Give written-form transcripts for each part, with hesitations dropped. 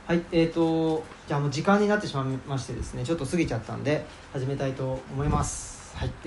はい、じゃあもう時間になってしまいましてですね、ちょっと過ぎちゃったんで始めたいと思います。はい、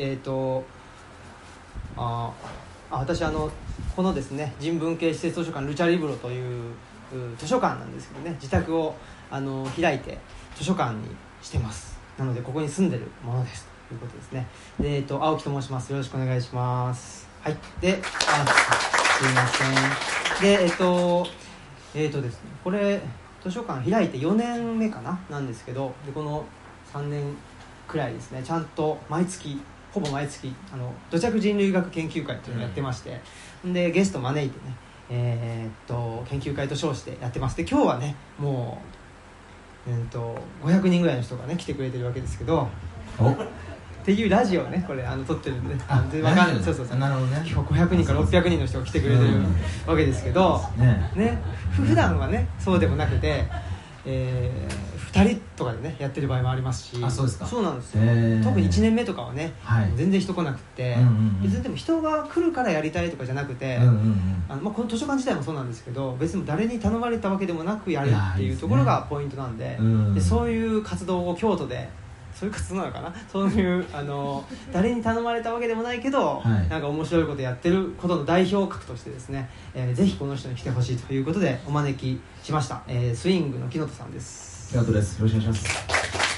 私このですね、人文系施設図書館ルチャリブロという図書館なんですけどね、自宅を開いて図書館にしてます。なのでここに住んでるものですということですね。で、青木と申します。よろしくお願いします。はい、で、すいません。で、ですね、これ図書館開いて4年目かななんですけど、でこの3年くらいですね、ちゃんとほぼ毎月土着人類学研究会というのをやってまして、でゲスト招いてね、研究会と称してやってます。で今日はね、もう、500人ぐらいの人がね来てくれてるわけですけど、っていうラジオをねこれ撮ってるんでね、分かんない。そうなるほどね。今日500人から600人の人が来てくれてるわけですけど、ね、普段はねそうでもなくて、2人とかでねやってる場合もありますし。 あ、そうですか。 そうなんですよ。特に1年目とかはね、全然人来なくて、別にでも人が来るからやりたいとかじゃなくて、この図書館自体もそうなんですけど、別に誰に頼まれたわけでもなくやるっていうところがポイントなんで、でそういう活動を京都で、そういう活動なのかな、そういう誰に頼まれたわけでもないけど、なんか面白いことやってることの代表格としてですね、ぜひこの人に来てほしいということでお招きしました。スイングの木本さんです。 木本です。よろしくお願いします。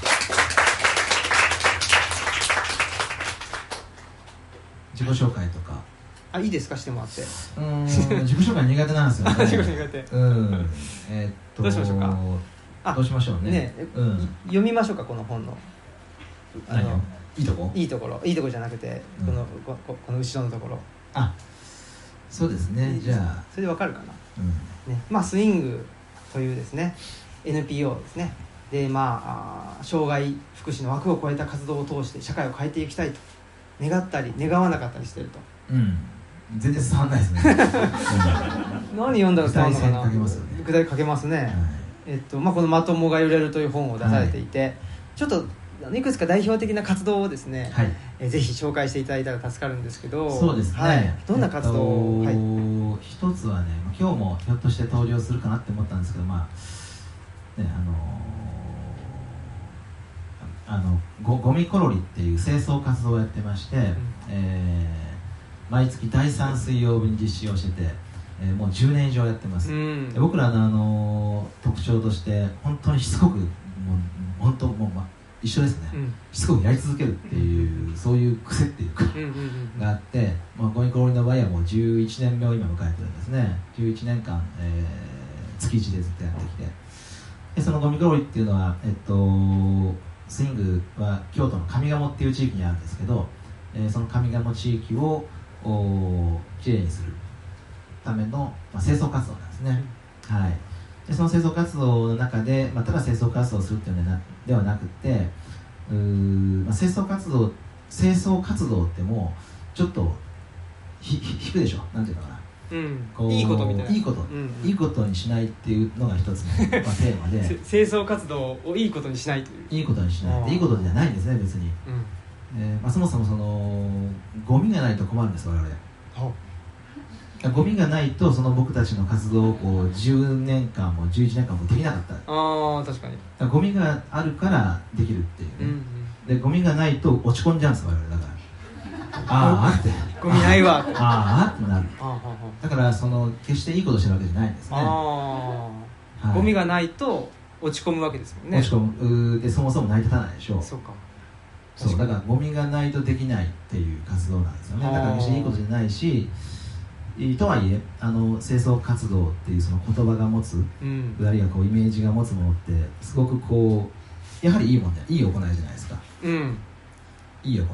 自己紹介とかいいですか、してもらって。 自己紹介苦手なんですよね。 自己苦手。どうしましょうか。 どうしましょうね。 読みましょうか、この本のいいとこじゃなくて、この後ろのところ。 そうですね。じゃあそれでわかるかな。スイングというですね NPO ですね。で障害福祉の枠を超えた活動を通して社会を変えていきたいと願ったり願わなかったりしてると。 全然伝わんないですね。 何読んだら伝わるのかな。 具体かけますね。このまともが揺れるという本を出されていて、ちょっといくつか代表的な活動をですね、ぜひ紹介していただいたら助かるんですけど。 そうですね。 どんな活動を。 一つはね、今日もひょっとして登場するかなって思ったんですけど、ゴミコロリっていう清掃活動をやってまして、毎月第3水曜日に実施をしてて、もう10年以上やってます。僕らの特徴として本当にしつこく一緒ですね、しつこくやり続けるっていう、そういう癖っていうかがあって、ゴミコロリの場合はもう11年目を今迎えてるんですね。11年間、月1でずっとやってきて、でそのゴミコロリっていうのは、スイングは京都の上賀茂っていう地域にあるんですけど、その上賀茂地域をきれいにするための、清掃活動なんですね。でその清掃活動の中で、ただ清掃活動をするっていうのではなくて、清掃活動ってもうちょっと引くでしょ、なんていうのかな、 いいことみたいな、いいことにしないっていうのが一つの、テーマで清掃活動をいいことにしないという、 いいことにしないっていいことじゃないんですね、別に。そもそもゴミがないと困るんです、我々。ゴミがないと僕たちの活動を10年間も11年間もできなかった。 確かに。 ゴミがあるからできるっていうね。でゴミがないと落ち込んじゃうんです、我々。だからってゴミないわってってなる。だから決していいことしてるわけじゃないんですね。 ゴミがないと落ち込むわけですもんね。 落ち込む。でそもそも成り立たないでしょう。そうだからゴミがないとできないっていう活動なんですよね。だから決していいことじゃないし、とはいえ清掃活動っていうその言葉が持つ、あるいはイメージが持つものってすごくやはりいいもんで、いい行いじゃないですか。いい行い。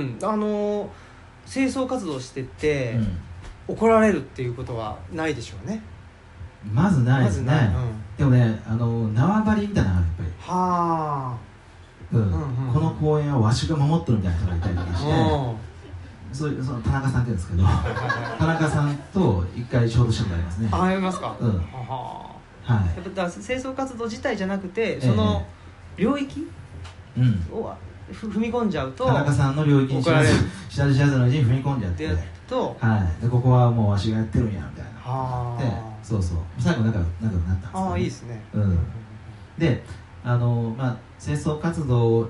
清掃活動してて、怒られるっていうことはないでしょうね。 まずないですね。でもね、縄張りみたいなのがやっぱり、この公園はわしが守ってるみたいな人がいたりとかして、その田中さんって言うんですけど、田中さんと一回仕事したことありますね。 やりますか。やっぱ清掃活動自体じゃなくて、その領域を踏み込んじゃうと、 田中さんの領域に知らず知らずのうちに踏み込んじゃって、でここはもうわしがやってるんやみたいな。で最後仲良くなったんですけど。 いいですね。 で清掃活動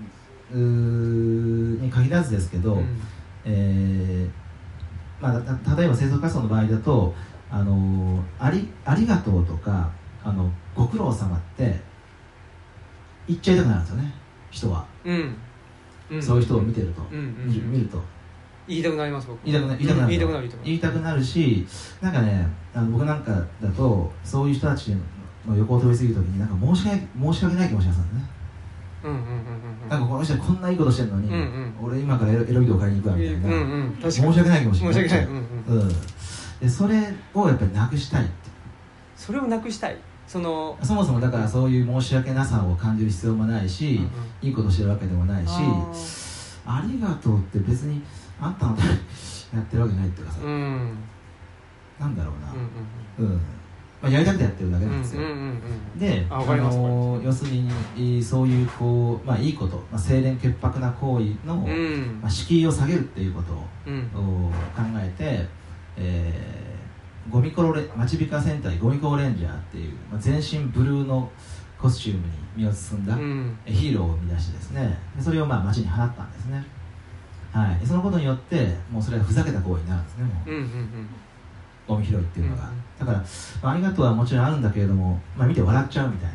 に限らずですけど、例えば清掃活動の場合だとありがとうとかご苦労様って言っちゃいたくなるんですよね、人は、そういう人を見てると、見ると言いたくなります。僕言いたくなるし、なんかね僕なんかだとそういう人たちの横を通り過ぎるときになんか申し訳ない気持ちがするんですね。なんかこの人はこんないいことしてるのに、俺今からエロビデオ買いに行くわみたいな、申し訳ない気持ちになっちゃう。でそれをやっぱりなくしたいって。 それをなくしたい。そもそもだからそういう申し訳なさを感じる必要もないし、いいことしてるわけでもないし、ありがとうって別にあんたのためにやってるわけないっていうかさ、なんだろうな、やりたくてやってるだけなんですよ。で、要するにそういういいこと、清廉潔白な行為の、敷居を下げるっていうことを、考えて、町ビカ戦隊ゴミコロレンジャーっていう、全身ブルーのコスチュームに身を包んだ、ヒーローを生み出してですね、それを街に放ったんですね。はい、そのことによってもうそれはふざけた行為になるんですね、もう、ゴミ拾いっていうのが、だから、ありがとうはもちろんあるんだけれども、見て笑っちゃうみたいな、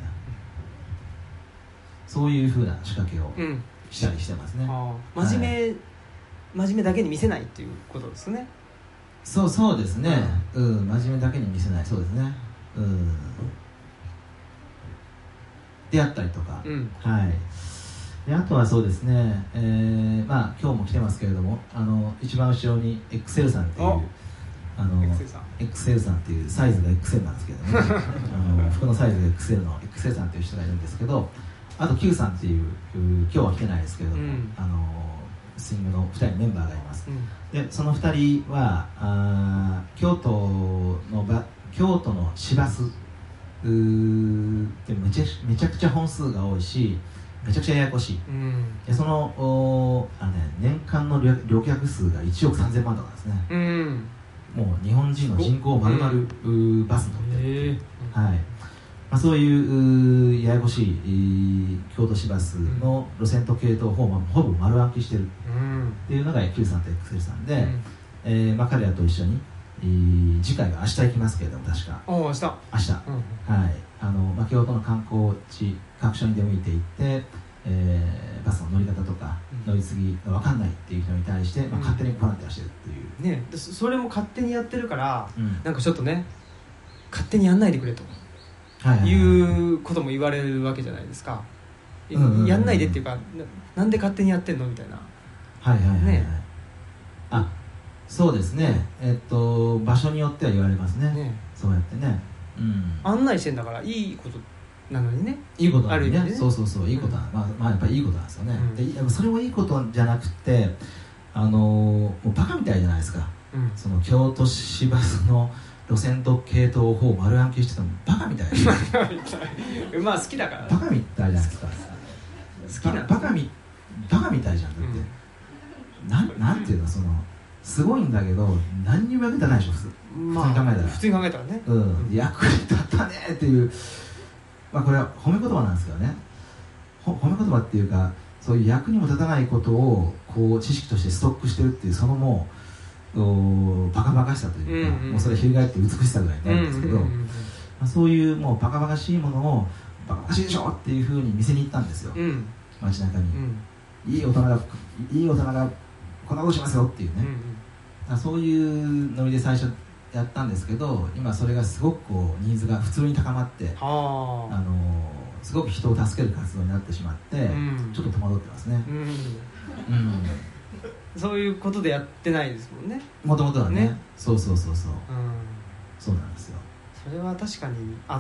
そういうふうな仕掛けをしたりしてますね。 真面目だけに見せないっていうことですね。 そうですね、真面目だけに見せない、そうですね、であったりとか、はい。であとはそうですね、今日も来てますけれども、一番後ろにエクセルさんっていうエクセルさんっていうサイズが XL なんですけどね服のサイズが XL のエクセルさんっていう人がいるんですけど、あと Q さんっていう今日は来てないですけれども、スイングの2人メンバーがいます。でその2人は京都の市バスってめちゃくちゃ本数が多いし、めちゃくちゃややこしい、でその年間の旅客数が1億3000万とかですね、もう日本人の人口を丸々バスに乗ってる、はい、そういうややこしい京都市バスの路線と系統をほぼ丸暗記してるっていうのが Q さんと XL さんで、彼らと一緒に次回が明日行きますけれども、確か明日、はい、京都の観光地各所に出向いていって、バスの乗り方とか乗り継ぎが分かんないっていう人に対して、勝手にボランティアしてるっていう、 それも勝手にやってるから、なんかちょっとね、勝手にやんないでくれと、いうことも言われるわけじゃないですか。やんないでっていうか、なんで勝手にやってんのみたいな。 そうですね、場所によっては言われますね、そうやってね、 案内してんだからいいことなのにね、 いいことなのにね、そういいことな、やっぱりいいことなんですよね、でそれもいいことじゃなくて、もうバカみたいじゃないですか、その京都市バスの路線と系統をほぼ丸暗記してたのバカみたい好きだからバカみたいじゃないですか、好きなバカみたいじゃん、だって、なんていうの、すごいんだけど何にも役立たないでしょ、普通に考えたらね、役に立ったねっていう、これは褒め言葉なんですけどね、褒め言葉っていうか、そういう役にも立たないことを知識としてストックしてるっていう、そのもうバカバカしさというか、もうそれ翻って美しさぐらいになるんですけど、そういうもうバカバカしいものをバカバカしいでしょっていうふうに見せに行ったんですよ、街中に、いい大人がこんなことしますよっていうね、そういうノリで最初やったんですけど、今それがすごくニーズが普通に高まって、すごく人を助ける活動になってしまって、ちょっと戸惑ってますね、 そういうことでやってないですもんね、 もともとはね、そうなんですよ。 それは確かにあって、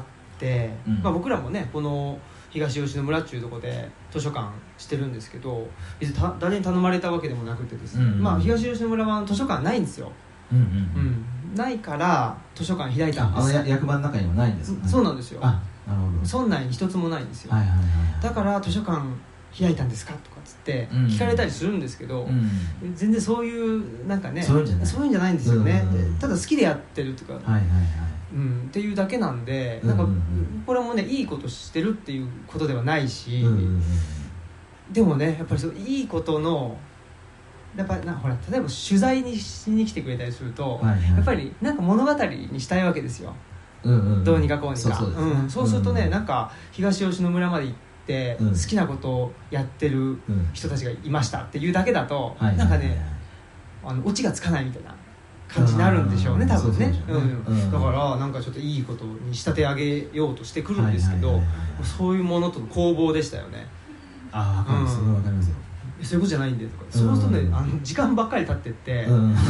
僕らもね、この東吉野村っていうところで図書館してるんですけど、別に誰に頼まれたわけでもなくてですね、東吉野村は図書館ないんですよ、ないから図書館開いたんです。 役場の中にもないんですかね。 そうなんですよ。 なるほど。 村内に一つもないんですよ。だから図書館開いたんですかとかっつって聞かれたりするんですけど、全然そういうなんかね、そういうんじゃないんですよね。ただ好きでやってるとか、 っていうだけなんで、なんかこれもねいいことしてるっていうことではないし、でもねやっぱりそういいことのやっぱほら例えば取材にしに来てくれたりすると、やっぱりなんか物語にしたいわけですよ、どうにかこうにか。そうするとね、なんか東吉野村まで行って好きなことをやってる人たちがいましたっていうだけだと、なんかねオチがつかないみたいな感じになるんでしょうね、多分ね。だからなんかちょっといいことに仕立て上げようとしてくるんですけど、そういうものとの攻防でしたよね。 ああ、分かります、それは分かりますよ。 そういうことじゃないんでとか、そうするとね時間ばっかり経ってって、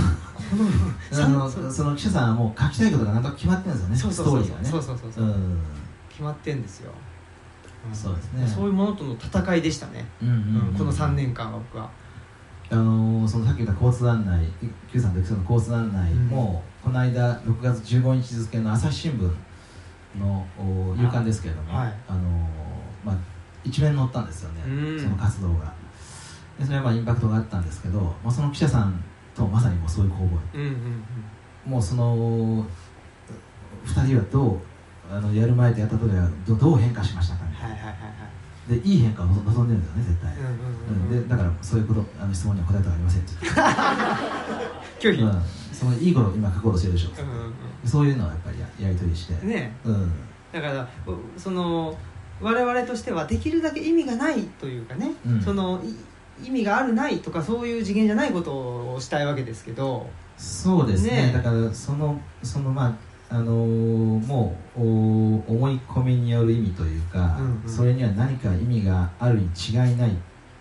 その記者さんはもう書きたいことがなんと決まってるんですよね、ストーリーがね。 決まってんですよ。 そうですね。 そういうものとの戦いでしたね、この3年間は僕は。 そのさっき言った交通案内、Q さんと X さんの交通案内も、この間6月15日付の朝日新聞の夕刊ですけれども、一面載ったんですよね、その活動が。でそれはインパクトがあったんですけど、その記者さんとまさにもうそういう攻防、もうその2人はどうやる前とやったとではどう変化しましたかみたいな、でいい変化を望んでるんですよね、絶対。でだからそういうこと質問には答えてはありませんって拒否、 そのいいことを今書こうとしてるでしょ、そういうのはやっぱりやり取りしてね。だからその我々としてはできるだけ意味がないというかね、その意味があるないとかそういう次元じゃないことをしたいわけですけど。 そうですね。だからそのもう思い込みによる意味というか、それには何か意味があるに違いない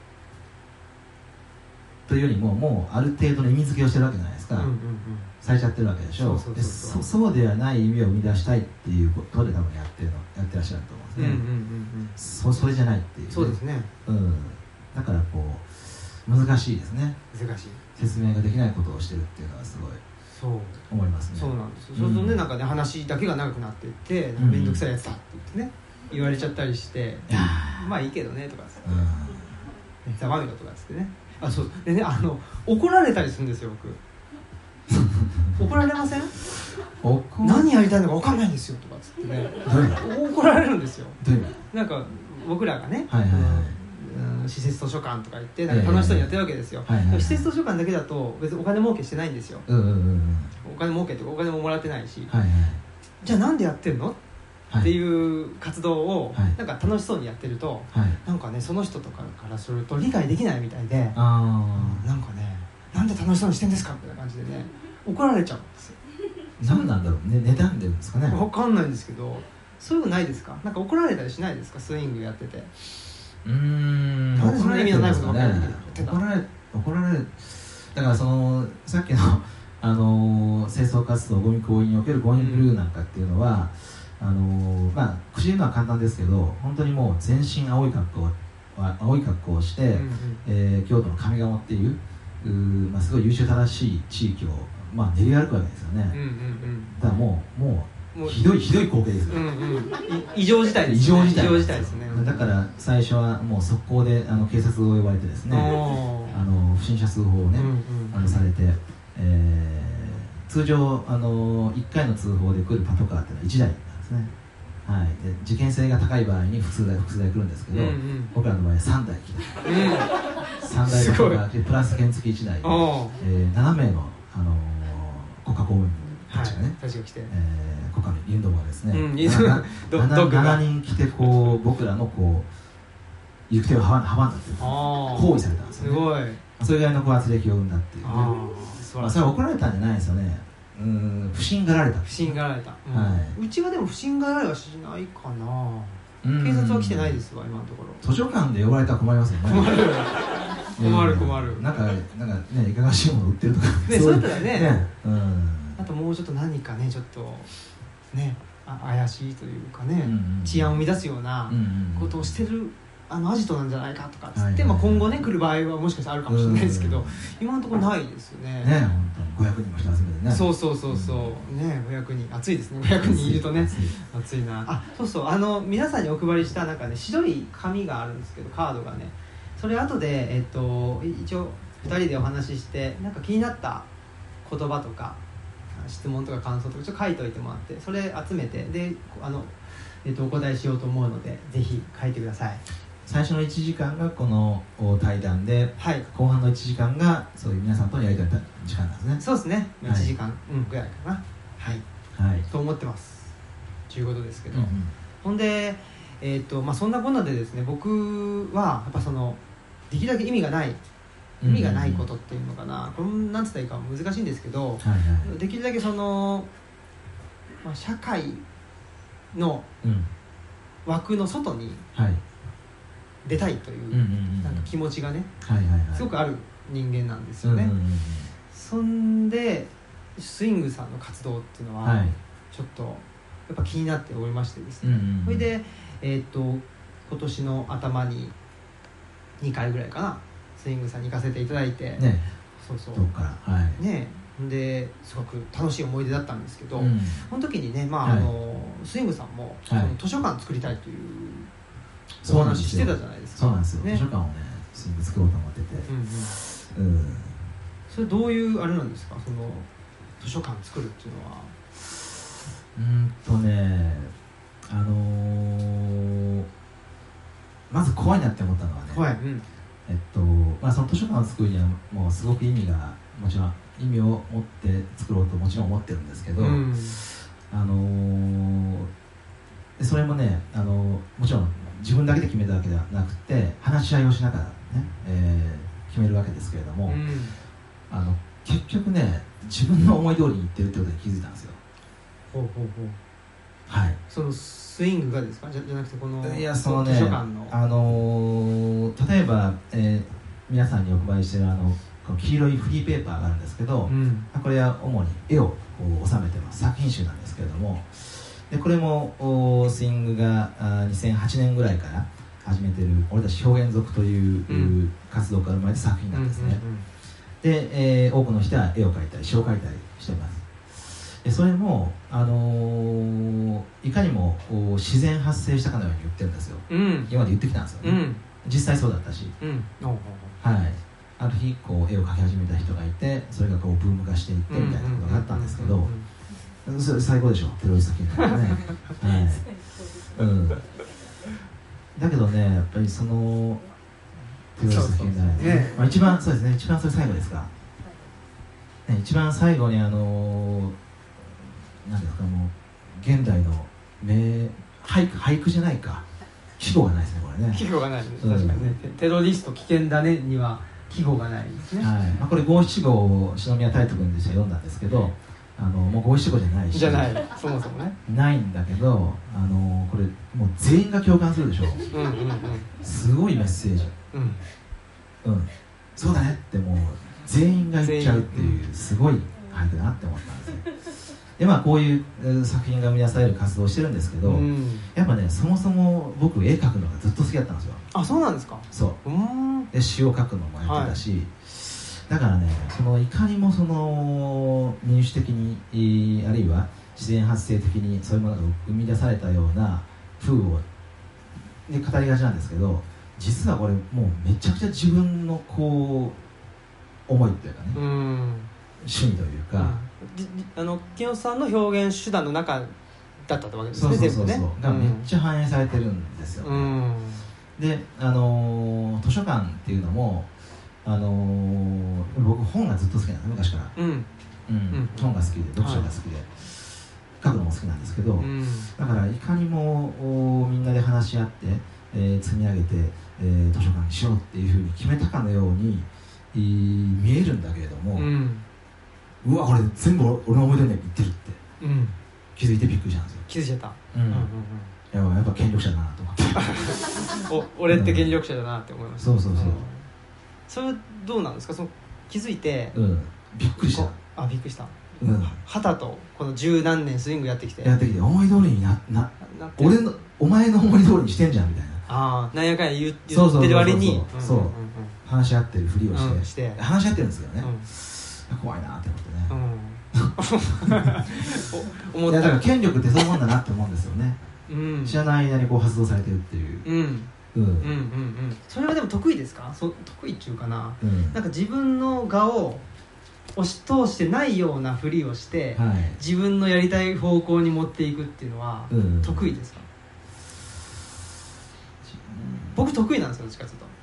というよりも、もうある程度の意味付けをしてるわけじゃないですか、されちゃってるわけでしょ。そうではない意味を生み出したいっていうことで多分やってらっしゃると思うんですね。それじゃないっていう、 そうですね。 だからこう難しいですね。 難しい説明ができないことをしてるっていうのはすごい思いますね。 そうなんですよ。そうするとね、なんかね話だけが長くなっていって面倒くさいやつだって言ってね言われちゃったりして、まあいいけどねとかつってざまみろとかつってね。そうでね、怒られたりするんですよ僕怒られません？何やりたいのか分かんないんですよとかつってね怒られるんですよ。なんか僕らがね施設図書館とか行ってなんか楽しそうにやってるわけですよ。施設図書館だけだと別にお金儲けしてないんですよ。お金儲けってお金ももらってないし、じゃあなんでやってんのっていう活動をなんか楽しそうにやってると、なんかねその人とかからすると理解できないみたいで、なんかねなんで楽しそうにしてんですかみたいな感じでね怒られちゃうんですよ。 何なんだろうね、妬んでるんですかね。 分かんないんですけど、そういうのないですか？なんか怒られたりしないですか？スイングやってて。なんでそんな意味のないことばっかり言ってんだ。 怒られる。だからそのさっきの清掃活動、ゴミ公園におけるゴミブルーなんかっていうのは、口言うのは簡単ですけど、本当にもう全身青い格好をして、京都の上賀茂っていうすごい優秀正しい地域を練り歩くわけですよね。だからもうひどい光景ですよ。 異常事態ですね。異常事態ですね。 だから最初はもう速攻で警察を呼ばれてですね、不審者通報をねされて、通常1回の通報で来るパトカーっていうのは1台なんですね。で事件性が高い場合に複数台来るんですけど、僕らの場合は3台来て、3台パトカーでプラス原付1台で、7名の国家公務員たちがね、国家のユンドモがですね、7人来て僕らの行く手を阻んだっていう行為されたんですよね。それぐらいの圧力を生んだっていうね。それは怒られたんじゃないですよね。不審がられた。うちはでも不審がられはしないかな。警察は来てないですわ今のところ。 図書館で呼ばれたら困りますよね。 困る。 なんかねいかがわしいもの売ってるとかね、そういったらね、あともうちょっと何かねちょっとね怪しいというかね、治安を乱すようなことをしてるアジトなんじゃないかとかつって、今後ね来る場合はもしかしたらあるかもしれないですけど、今のところないですよね。 ね、本当に500人も人集めてね。 そうね、500人暑いですね。500人いるとね暑いな。皆さんにお配りしたなんかね白い紙があるんですけど、カードがね、それ後で一応2人でお話ししてなんか気になった言葉とか質問とか感想とかちょっと書いておいてもらって、それ集めてでお答えしようと思うので、ぜひ書いてください。 最初の1時間がこの対談で、 はい、 後半の1時間がそういう皆さんとのやり取りの時間なんですね。 そうですね、1時間、ぐらいかな、はい、はい、と思ってますということですけど、ほんで、そんなこんなでですね、僕はやっぱできるだけ意味がないことっていうのかな、これなんつったらいいか難しいんですけど、できるだけ社会の枠の外に出たいというなんか気持ちがね、すごくある人間なんですよね。そんでスイングさんの活動っていうのはちょっとやっぱ気になっておりましてですね、それで、今年の頭に2回ぐらいかな、スイングさんに行かせていただいて、そうそう、 どっから、 ね、ですごく楽しい思い出だったんですけど、その時にね、スイングさんも、図書館作りたいというお話してたじゃないですか。 そうなんですよ、図書館をねスイング作ろうと思ってて、 それどういうあれなんですか、図書館作るっていうのは。 まず怖いなって思ったのはね、 怖い、 その図書館を作るにはもうすごくもちろん意味を持って作ろうともちろん思ってるんですけど、それもねもちろん自分だけで決めたわけではなくて話し合いをしながらね、決めるわけですけれども、結局ね自分の思い通りにいってるってことに気づいたんですよ。はい、 そのスイングがですか、じゃなくてこのいや図書館の例えば、皆さんにお配りしているこの黄色いフリーペーパーがあるんですけど、これは主に絵を収めてます作品集なんですけれども、でこれもスイングが2008年ぐらいから始めている俺たち表現族という活動から生まれた作品なんですね。で、多くの人は絵を描いたり詩を描いたりしています。でそれも、いかにも自然発生したかのように言ってるんですよ、今まで言ってきたんですよね、実際そうだったし、はい、ある日絵を描き始めた人がいて、それがブーム化していってみたいなことがあったんですけど、それ最高でしょ、テロリストキングね、だけどね、やっぱりテロリストキングね、一番そうですね、一番それ最後ですか、一番最後になんですか、もう現代の俳句じゃないか、季語がないですね、これね。 季語がないです、確かにね。テロリスト危険だねには季語がないですね。 これ五七五を篠宮太斗君でした読んだんですけど、もう五七五じゃないし。 じゃない、そもそもね。 ないんだけど、これもう全員が共感するでしょ。すごいメッセージ。そうだねってもう全員が言っちゃうっていうすごい俳句だなって思ったんですよ。でこういう作品が生み出される活動をしてるんですけど、やっぱねそもそも僕絵描くのがずっと好きだったんですよ。 あ、そうなんですか。 そうで詩を書くのもやってたし、だからねいかにも民主的に、あるいは自然発生的にそういうものが生み出されたような風をで語りがちなんですけど、実はこれもうめちゃくちゃ自分の思いというかね、趣味というか、 清野さんの表現手段の中だったわけですね。 そうがめっちゃ反映されてるんですよ、で図書館っていうのも僕本がずっと好きなんです、昔から、本が好きで読書が好きで、書くのも好きなんですけど、だからいかにもみんなで話し合って、積み上げて、図書館にしようっていうふうに決めたかのように見えるんだけれども、うわこれ全部俺の思い通りに言ってるって、気づいてびっくりしたんですよ。 気づいちゃった。 やっぱ権力者だなと思って俺って権力者だなって思いました。それどうなんですか、気づいて、 びっくりした。 びっくりした。はたとこの十何年スイングやってきて思い通りにお前の思い通りにしてんじゃんみたいな、 なんやかんや言ってる割に話し合ってるふりをして話し合ってるんですけどね、怖いなって思ってね、いやだから権力ってそういうもんだなって思うんですよね、知らない間に発動されてるっていう、 それはでも得意ですか？得意っていうかな、なんか自分の我を押し通してないようなふりをして、 はい、 自分のやりたい方向に持っていくっていうのは得意ですか？僕得意なんですよ、どっちかというと。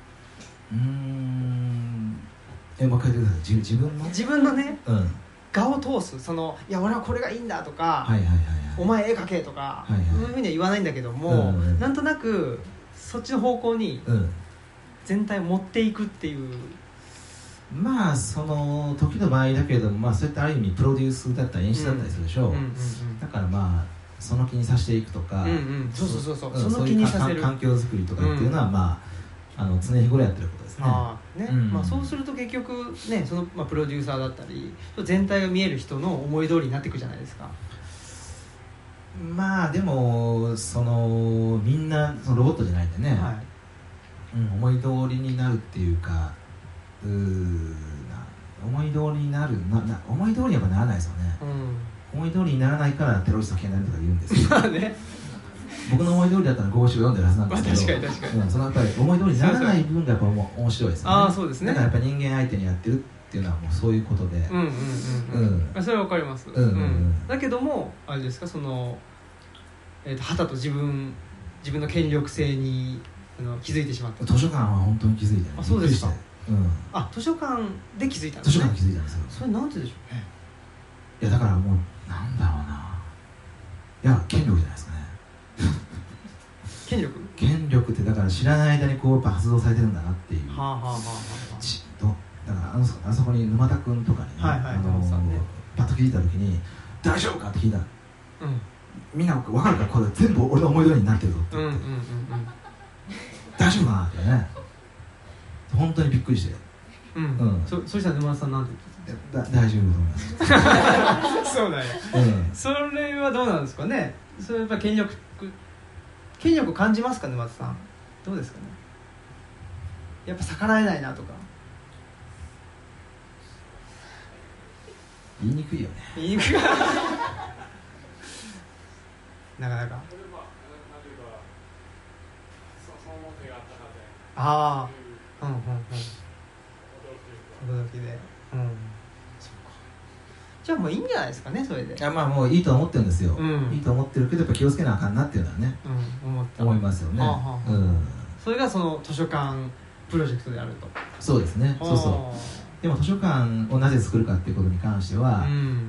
もう一回言ってください。自分のね、画を通す、いや俺はこれがいいんだとか、お前絵描けとか、そういうふうには言わないんだけども、なんとなくそっちの方向に全体を持っていくっていう、 まあその時の場合だけれども、まあそういったある意味プロデュースだったり演出だったりするでしょう。だからまあその気にさせていくとか、 そうの気にさせる環境づくりとかっていうのは、まあ常日頃やってることですね。 まあそうすると結局ね、プロデューサーだったり全体が見える人の思い通りになっていくじゃないですか。 まあでもみんなロボットじゃないんでね、思い通りになるっていうか、思い通りになる思い通りにやっぱならないですよね。思い通りにならないからテロリスト危険になるとか言うんですよ。僕の思い通りだったら5、4読んでるはずなんですけど、 確かにそのやっぱり思い通りにならない部分がやっぱ面白いですよね。 そうですね。 だからやっぱ人間相手にやってるっていうのはもうそういうことで、 それはわかります。だけどもあれですか、はたと自分の権力性に気づいてしまった。 図書館は本当に気づいてる。 そうですか。図書館で気づいたんですね。 図書館で気づいたんですよ。 それなんででしょうね。 いやだからもうなんだろうな、いや権力じゃないですかね。権力ってだから知らない間にこうやっぱ発動されてるんだなっていう。だからあそこに沼田君とかにね、パッと聞いた時に大丈夫かって聞いたら、みんな分かるから、これ全部俺の思い通りになってるぞって言って、大丈夫かなってね、本当にびっくりして、 そしたら沼田さんなんて言って大丈夫だと思います。 そうだよ。それはどうなんですかね。それやっぱり権力感じますか、沼田さん。どうですかね。やっぱ逆らえないなとか。 言いにくいよね。 なかなか。驚きで。じゃあもういいんじゃないですかね、それで。 まあもういいと思ってるんですよ。いいと思ってるけどやっぱ気をつけなあかんなっていうのはね、思いますよね。 それがその図書館プロジェクトであると。 そうですね。でも図書館をなぜ作るかっていうことに関しては、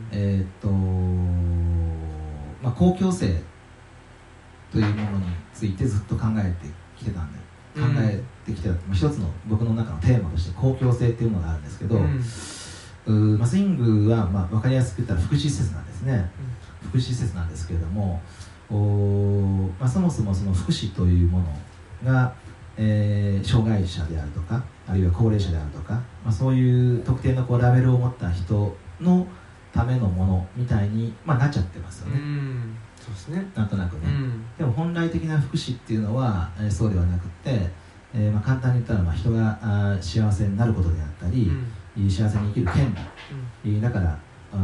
公共性というものについてずっと考えてきてたんで、一つの僕の中のテーマとして公共性っていうものがあるんですけど、スイングは分かりやすく言ったら福祉施設なんですね。福祉施設なんですけれども、そもそもその福祉というものが、障害者であるとか、あるいは高齢者であるとか、そういう特定のラベルを持った人のためのものみたいに、なっちゃってますよね。 そうですね。 なんとなくね。でも本来的な福祉っていうのは、そうではなくて、簡単に言ったら人が幸せになることであったり、幸せに生きる権利、だから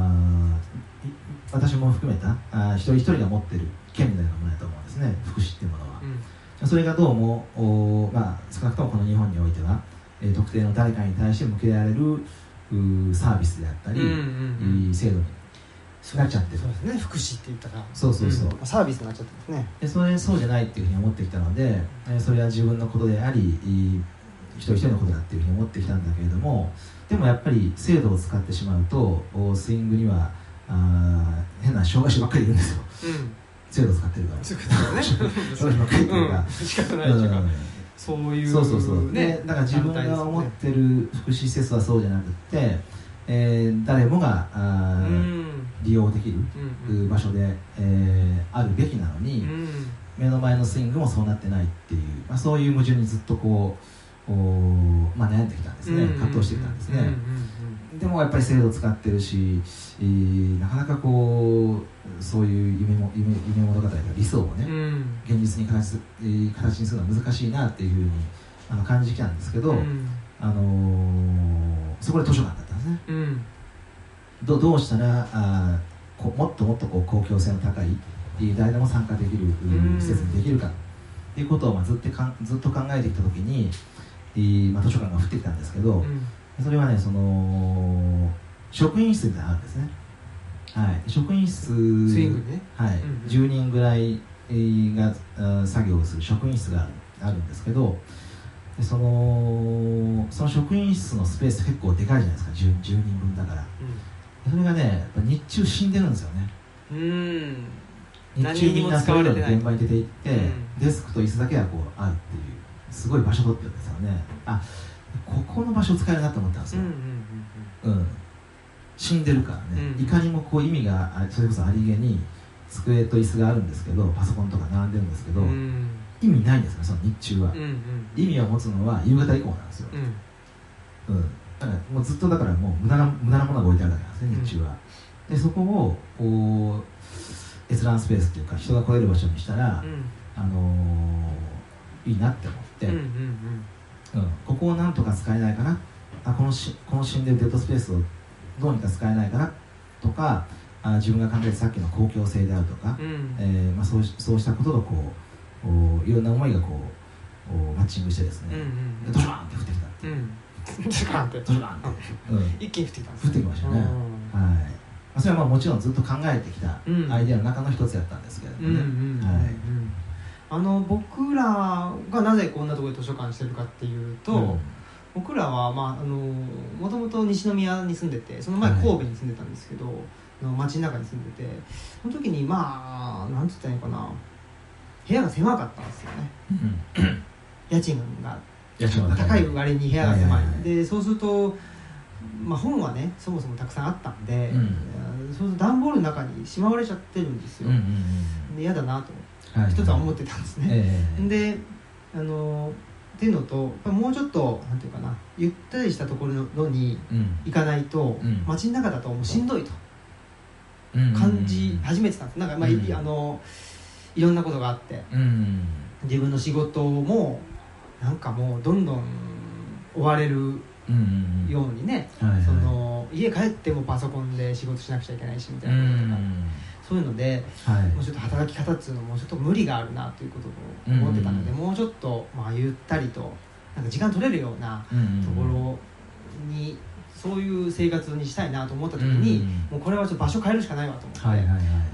私も含めた一人一人が持っている権利のようなものだと思うんですね、福祉っていうものは。それがどうも少なくともこの日本においては、特定の誰かに対して向けられるサービスであったり、制度になっちゃってる。 そうですね、福祉って言ったらそう、 サービスになっちゃってますね。 そうじゃないっていうふうに思ってきたので、それは自分のことであり一人一人のことだっていうふうに思ってきたんだけれども、でもやっぱり制度を使ってしまうとスイングには変な障害者ばっかりいるんですよ。制度を使ってるから障害者ばっかりっていうか、 仕方ないというか、そういうね。だから自分が思ってる福祉施設はそうじゃなくて、誰もが利用できる場所であるべきなのに、目の前のスイングもそうなってないっていう、そういう矛盾にずっと悩んできたんですね。葛藤してきたんですね。でもやっぱり制度を使ってるし、なかなかそういう夢物語とか理想をね、現実に形にするのは難しいなっていうふうに感じてきたんですけど、そこで図書館だったんですね。どうしたらもっともっと公共性の高い誰でも参加できる施設にできるかっていうことをずっと考えてきたときに、図書館が降ってきたんですけど、それはね、 職員室みたいなのがあるんですね。はい、職員室、 スイングね、 はい、10人ぐらいが作業をする職員室があるんですけど、でその職員室のスペース結構でかいじゃないですか、 10人分だから、それがねやっぱ日中死んでるんですよね。日中みんなそれぞれ現場に出て行って、デスクと椅子だけがこうあるっていうすごい場所取ってるんですよね。ここの場所使えるなと思ったんですよ。死んでるからね、いかにもこう意味がそれこそありげに机と椅子があるんですけど、パソコンとか並んでるんですけど、意味ないんですよね、その日中は。意味を持つのは夕方以降なんですよ。だからもうずっとだからもう無駄なものが置いてあるだけなんですね、日中は。でそこをこう閲覧スペースっていうか人が来れる場所にしたら、いいなって思って、ここをなんとか使えないかな、この死んでるデッドスペースをどうにか使えないかなとか、自分が考えたさっきの公共性であるとか、そうしたこととこういろんな思いがこうマッチングしてですね、ドシャーンって降ってきたっていう、 ドシャーンって一気に降ってきたんです。 降ってきましたね。それはもちろんずっと考えてきたアイデアの中の一つやったんですけれどもね。 僕らがなぜこんなところで図書館してるかっていうと、僕らはもともと西宮に住んでて、その前神戸に住んでたんですけど、街の中に住んでて、その時になんて言ったらいいのかな、部屋が狭かったんですよね。家賃が高い割に部屋が狭い。でそうすると、本はねそもそもたくさんあったんで、そうすると段ボールの中にしまわれちゃってるんですよ。で嫌だなと一つは思ってたんですね。でっていうのと、もうちょっとなんていうかな、ゆったりしたところに行かないと、街の中だともうしんどいと感じ始めてたんです。なんかいろんなことがあって、自分の仕事もなんかもうどんどん追われるようにね、家帰ってもパソコンで仕事しなくちゃいけないしみたいなこととか、そういうので、もうちょっと働き方っていうのもちょっと無理があるなということを思ってたので、もうちょっとゆったりとなんか時間取れるようなところに、そういう生活にしたいなと思った時に、もうこれはちょっと場所変えるしかないわと思って、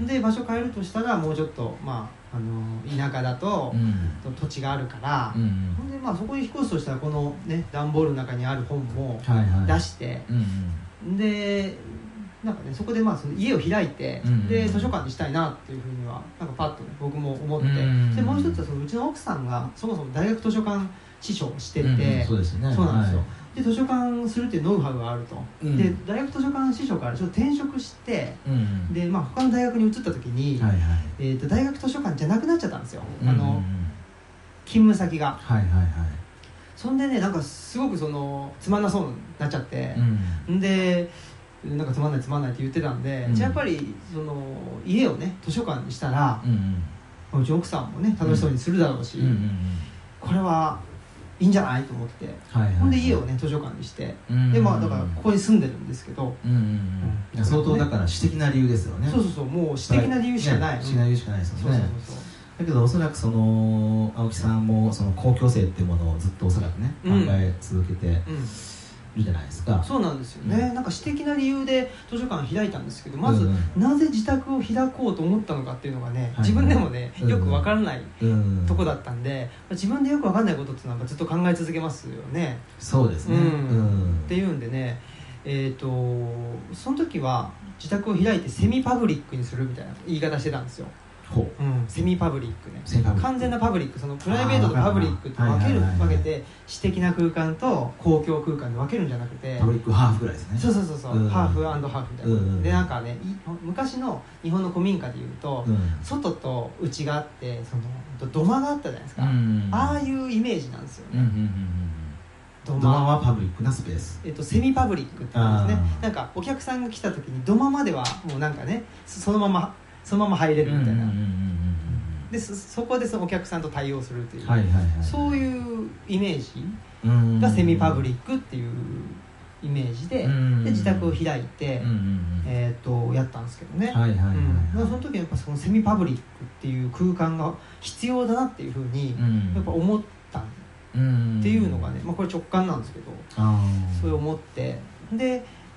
で場所変えるとしたらもうちょっと田舎だと土地があるから、でそこに引っ越すとしたらこのね段ボールの中にある本も出して、でなんかね、そこでその家を開いて、で図書館にしたいなっていうふうにはなんかパッとね僕も思って、でもう一つはうちの奥さんがそもそも大学図書館司書をしてて、そうなんですよ。で図書館するっていうノウハウがあると、で大学図書館司書からちょっと転職して、で他の大学に移った時に、大学図書館じゃなくなっちゃったんですよ、勤務先が。そんでね、なんかすごくつまんなそうになっちゃって、でなんかつまんないって言ってたんで、じゃあやっぱり家をね図書館にしたら、うち奥さんもね楽しそうにするだろうし、これはいいんじゃないと思って、ほんで家をね図書館にして、でだからここに住んでるんですけど、 相当だから私的な理由ですよね。 そうもう私的な理由しかない、 私的な理由しかないですよね。だけどおそらく青木さんも公共性っていうものをずっとおそらくね考え続けてるじゃないですか。 そうなんですよね。なんか私的な理由で図書館開いたんですけど、まずなぜ自宅を開こうと思ったのかっていうのがね、自分でもねよく分からないとこだったんで、自分でよく分からないことっていうのはずっと考え続けますよね。 そうですね。 っていうんでね、その時は自宅を開いてセミパブリックにするみたいな言い方してたんですよ。セミパブリックね。完全なパブリック、プライベートとパブリックって分けて、私的な空間と公共空間で分けるんじゃなくて、 パブリックハーフぐらいですね。 そうハーフ&ハーフみたいな。でなんかね、昔の日本の古民家でいうと、外と内があって土間があったじゃないですか。ああいうイメージなんですよね。 土間はパブリックなスペース、 セミパブリックって言うんですね。なんかお客さんが来た時に土間まではもうなんかねそのまま入れるみたいな。でそこでお客さんと対応するという、そういうイメージがセミパブリックっていうイメージで、自宅を開いて、やったんですけどね。その時にやっぱそのセミパブリックっていう空間が必要だなっていうふうにやっぱ思ったっていうのがね、これ直感なんですけど、そう思って、で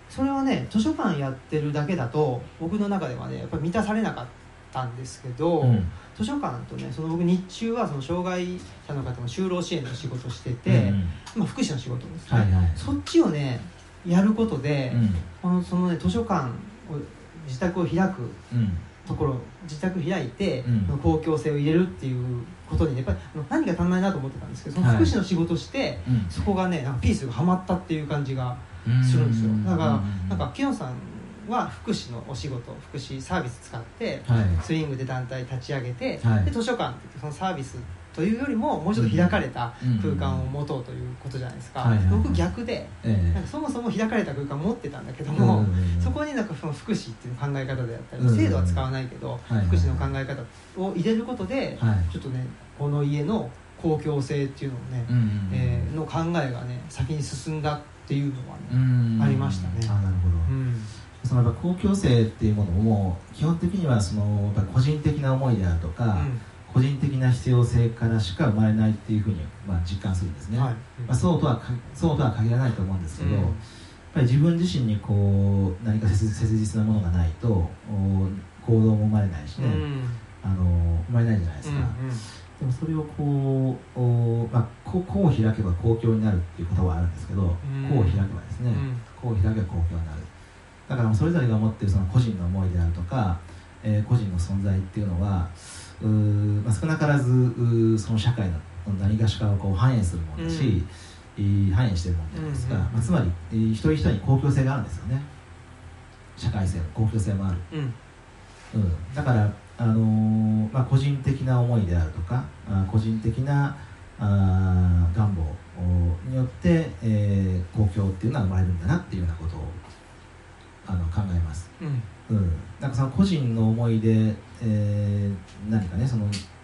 それはね図書館やってるだけだと僕の中ではねやっぱり満たされなかったんですけど、図書館とね僕日中はその障害者の方の就労支援の仕事をしてて、福祉の仕事ですね、そっちをねやることで、そのね図書館を自宅を開くところ、自宅開いて、公共性を入れるっていうことに、ね、やっぱり何が足んないなと思ってたんですけど、その福祉の仕事をして、そこがねなんかピースがはまったっていう感じがするんですよ。だからなんか木野さんは福祉のお仕事、福祉サービス使って、スイングで団体立ち上げて、で図書館ってそのサービスというよりももうちょっと開かれた空間を持とうということじゃないですか。僕逆で、なんかそもそも開かれた空間を持ってたんだけども、そこになんかその福祉っていう考え方であったり、制度は使わないけど、福祉の考え方を入れることで、ちょっとねこの家の公共性っていうのをね、の考えがね先に進んだっていうのはね、ありましたね。 なるほど。そのやっぱ公共性っていうものも基本的にはそのやっぱ個人的な思いであるとか、個人的な必要性からしか生まれないっていうふうに実感するんですね。そうとは限らないと思うんですけど、やっぱり自分自身にこう何か切実なものがないと行動も生まれないしね、生まれないじゃないですか。でもそれをこう開けば公共になるっていう言葉はあるんですけど、こう開けばですね、こう開けば公共になる。だからそれぞれが持っているその個人の思いであるとか、個人の存在っていうのは少なからずその社会の何がしかをこう反映するものだし、反映しているものじゃないですか。つまり一人一人に公共性があるんですよね。社会性の公共性もある。だから個人的な思いであるとか個人的な願望によって、公共っていうのは生まれるんだなっていうようなことを考えます。なんかその個人の思いで、何かねその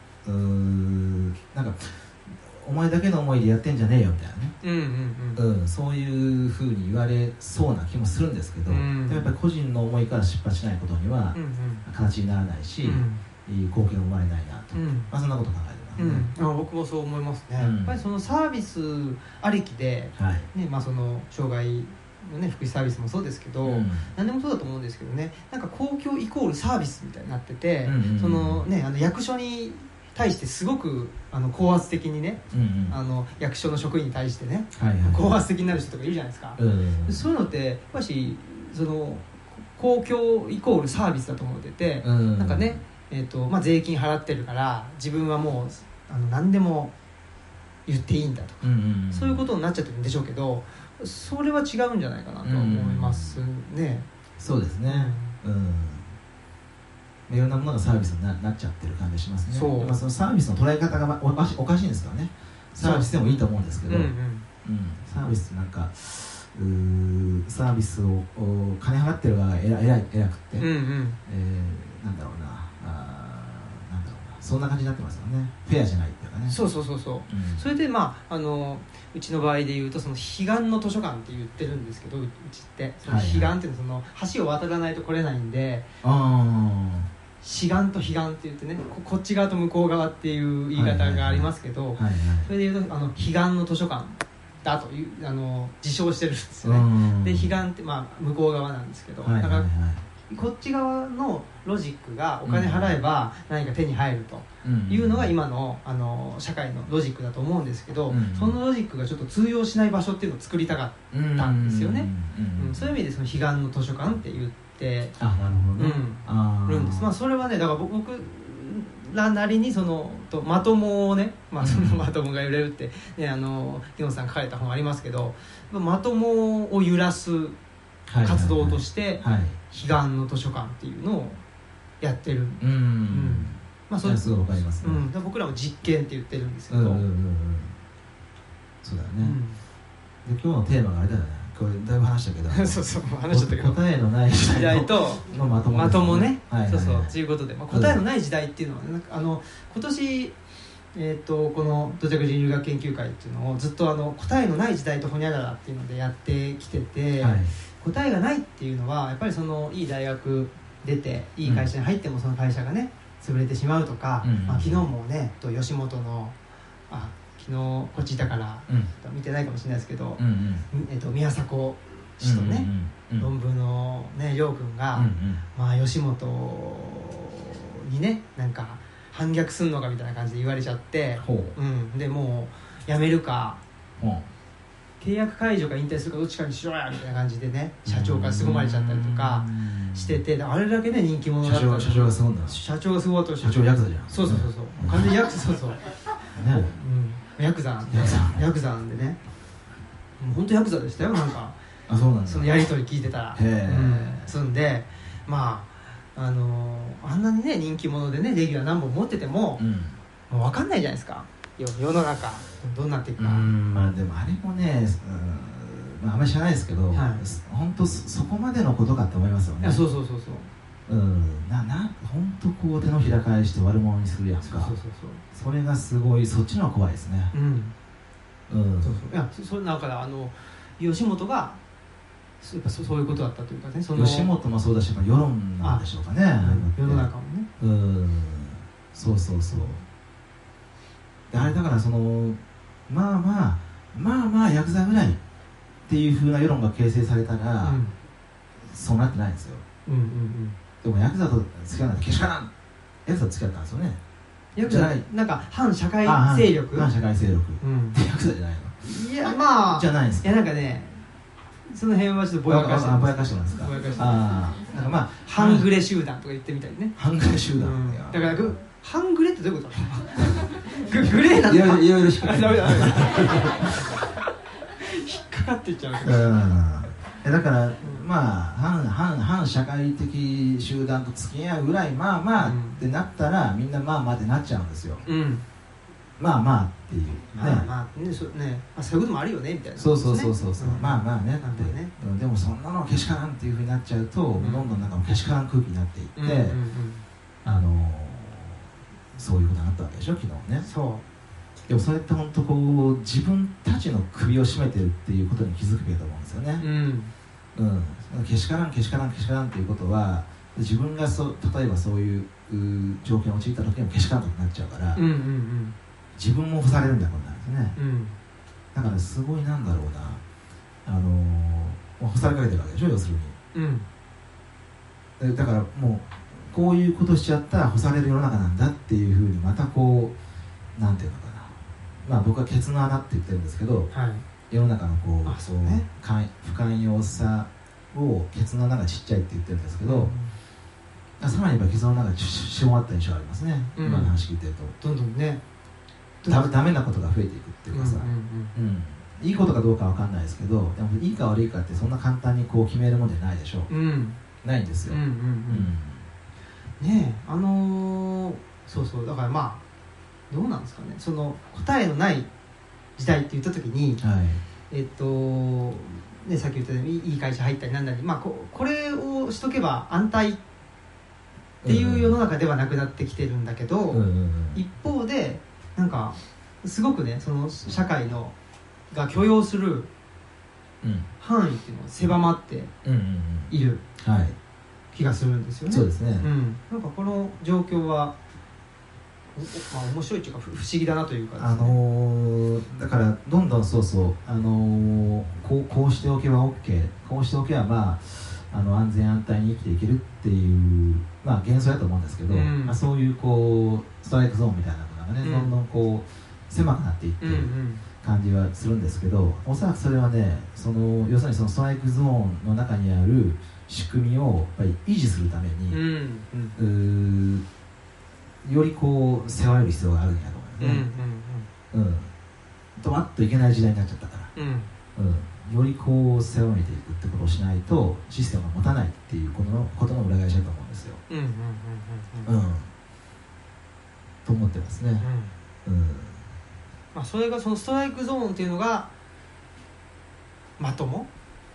なんかお前だけの思いでやってんじゃねえよみたいなね、そういうふうに言われそうな気もするんですけど、でもやっぱり個人の思いから出発しないことには形にならないし、貢献も生まれないなと、そんなこと考えてますね。 僕もそう思いますね。やっぱりそのサービスありきで、その障害のね、福祉サービスもそうですけど、何でもそうだと思うんですけどね、なんか公共イコールサービスみたいになってて、そのね役所に対してすごく高圧的にね、役所の職員に対してね、高圧的になる人とかいるじゃないですか。そういうのってやっぱしその公共イコールサービスだと思ってて、なんかね、税金払ってるから自分はもう何でも言っていいんだとか、そういうことになっちゃってるんでしょうけど、それは違うんじゃないかなと思いますね。 そうですね。いろんなものがサービスに なっちゃってる感じがしますね。そのサービスの捉え方がおかしいんですからね。サービスでもいいと思うんですけど、サービスってなんかサービスを金払ってる側が偉くって、なんだろうな、そんな感じになってますよね。フェアじゃないっていうかね。 そう、それでうちの場合でいうとその彼岸の図書館って言ってるんですけど、うちってその彼岸っていうのはその橋を渡らないと来れないんで、彼岸と彼岸って言ってね、こっち側と向こう側っていう言い方がありますけど、それでいうと彼岸の図書館だという自称してるんですよね。で彼岸って向こう側なんですけど、だからこっち側のロジックがお金払えば何か手に入るというのが今の社会のロジックだと思うんですけど、そのロジックがちょっと通用しない場所っていうのを作りたかったんですよね。そういう意味でその彼岸の図書館って言ってるんです。それはね、だから僕らなりにそのまともをね、そのまともが揺れるってね、木野さん書かれた本ありますけど、まともを揺らす活動として彼岸の図書館っていうのをやってる。 それすごいわかりますね。 僕らも実験って言ってるんですけど、 そうだよね。で今日のテーマがあれだよね。これだいぶ話したけど話しちゃったけど、答えのない時代とのまともね。ということで、答えのない時代っていうのは今年この土着人類学研究会っていうのをずっと答えのない時代とホニャララっていうのでやってきてて、答えがないっていうのはやっぱりそのいい大学出ていい会社に入ってもその会社がね潰れてしまうとか、昨日もね吉本の昨日こっちいたから、見てないかもしれないですけど、宮迫氏とね、論文のね亮君が、まあ吉本にねなんか反逆すんのかみたいな感じで言われちゃって、でもう辞めるか、契約解除か引退するかどっちかにしろやみたいな感じでね社長から凄まれちゃったりとかしてて、あれだけね人気者だった社長がすごいんだ。 社長がすごいと社長ヤクザじゃん。 そう完全にヤクザ、そうそう、ヤクザなんでね、もう本当ヤクザでしたよ。なんかそうなんだ。 そのやり取り聞いてたら、そんでまああんなにね人気者でねレギュラー何本持ってても、もう分かんないじゃないですか、世の中どうなっていくか。 まあでもあれもね、あんまり知らないですけど、本当そこまでのことかって思いますよね。 そう本当こう手のひら返して悪者にするやんか。それがすごい、そっちの方が怖いですね。 いやそれだから吉本がやっぱそういうことだったというかね、 吉本もそうだし、世論なんでしょうかね、 世の中もね。 そうで、あれだからまあヤクザぐらいっていう風な世論が形成されたら、そうなってないんですよ。でもヤクザと付き合うなんてけしからん。ヤクザと付き合ったんですよね。 ヤクザなんか反社会勢力、 反社会勢力ってヤクザじゃないの？ いやまあじゃないんですか。 いやなんかねその辺はちょっとぼやかしてます。 ぼやかしてますか。なんかまあ半グレ集団とか言ってみたりね。 半グレ集団。 だから半グレってどういうこと？グレーなんだ。 いろいろ引っかかって引っかかっていっちゃう。 だからまあ反社会的集団と付き合うぐらいまあってなったら、みんなまあってなっちゃうんですよ。まあっていうね。 そういうこともあるよねみたいな。 そうまあねって。でもそんなのけしからんっていうふうになっちゃうと、どんどんなんかけしからん空気になっていって、そういうことになったわけでしょ、昨日ね。でもそれって本当こう自分たちの首を絞めてるっていうことに気づくべきだと思うんですよね。けしからんっていうことは、自分が例えばそういう状況に陥った時にもけしからんとなっちゃうから、自分も干されるみたいなことなんですね。だからすごいなんだろうな、干されかけてるわけでしょ、要するに。だからもうこういうことしちゃったら干される世の中なんだっていうふうに、またこうなんていうのかな、僕はケツの穴って言ってるんですけど、世の中のこう不寛容さをケツの穴がちっちゃいって言ってるんですけど、さらにやっぱケツの穴が絞まった印象がありますね、今の話聞いてると。どんどんねダメなことが増えていくっていうかさ、いいことかどうかわかんないですけど、でもいいか悪いかってそんな簡単にこう決めるもんじゃないでしょ。ないんですよ。 ねえそうだからまあどうなんですかね、その答えのない時代って言った時に、さっき言ったようにいい会社入ったりなんだり、これをしとけば安泰っていう世の中ではなくなってきてるんだけど、一方でなんかすごくねその社会が許容する範囲っていうのが狭まっている気がするんですよね。 そうですね。 なんかこの状況は面白いっていうか不思議だなというかですね。 だからどんどんこうしておけば OK、 こうしておけば安全安泰に生きていけるっていう幻想だと思うんですけど、そういうこうストライクゾーンみたいなものがね、どんどんこう狭くなっていってる感じはするんですけど、おそらくそれはね要するにそのストライクゾーンの中にある仕組みをやっぱり維持するために、よりこう背負える必要があるんやと思うよね。ドワッといけない時代になっちゃったから、よりこう背負えていくってことをしないとシステムが持たないっていうことの裏返しだと思うんですよ。と思ってますね。 それがそのストライクゾーンっていうのがまとも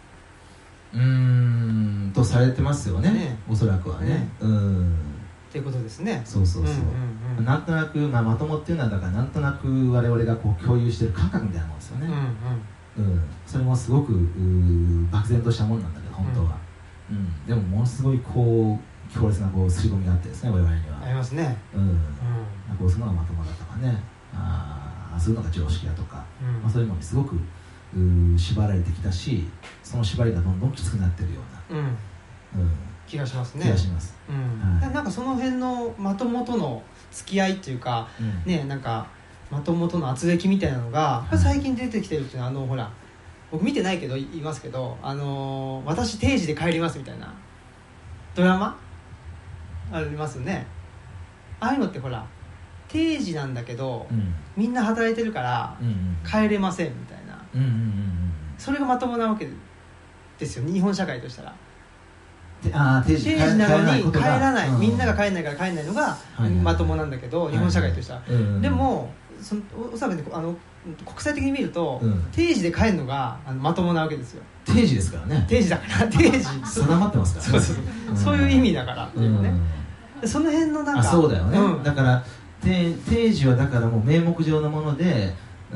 とされてますよね、おそらくはね。 っていうことですね。 なんとなく、まともっていうのはだからなんとなく我々がこう共有している感覚みたいなもんですよね。それもすごく漠然としたものなんだけど本当は、でもものすごいこう強烈なこう刷り込みがあってですね、我々には。 ありますね。 こうするのがまともだとかね、そういうのが常識だとか、そういうのにすごく縛られてきたし、その縛りがどんどんきつくなってるような、 気がしますね。 気がします、 なんかその辺のまともとの付き合いっていうか、なんかまともとの圧力みたいなのが最近出てきてるっていうのは、ほら僕見てないけど言いますけど、私定時で帰りますみたいなドラマありますよね。ああいうのってほら定時なんだけど、みんな働いてるから帰れませんみたいな、それがまともなわけですよ、日本社会としたら。定時なのに帰らない、みんなが帰らないから帰らないのがまともなんだけど、日本社会としたら。でもおそらくね、国際的に見ると、定時で帰るのがまともなわけですよ。 定時ですからね。 定時だから定時定まってますからね。 そういう意味だからっていうね、その辺のなんかそうだよね、だから定時はだからもう名目上のもので、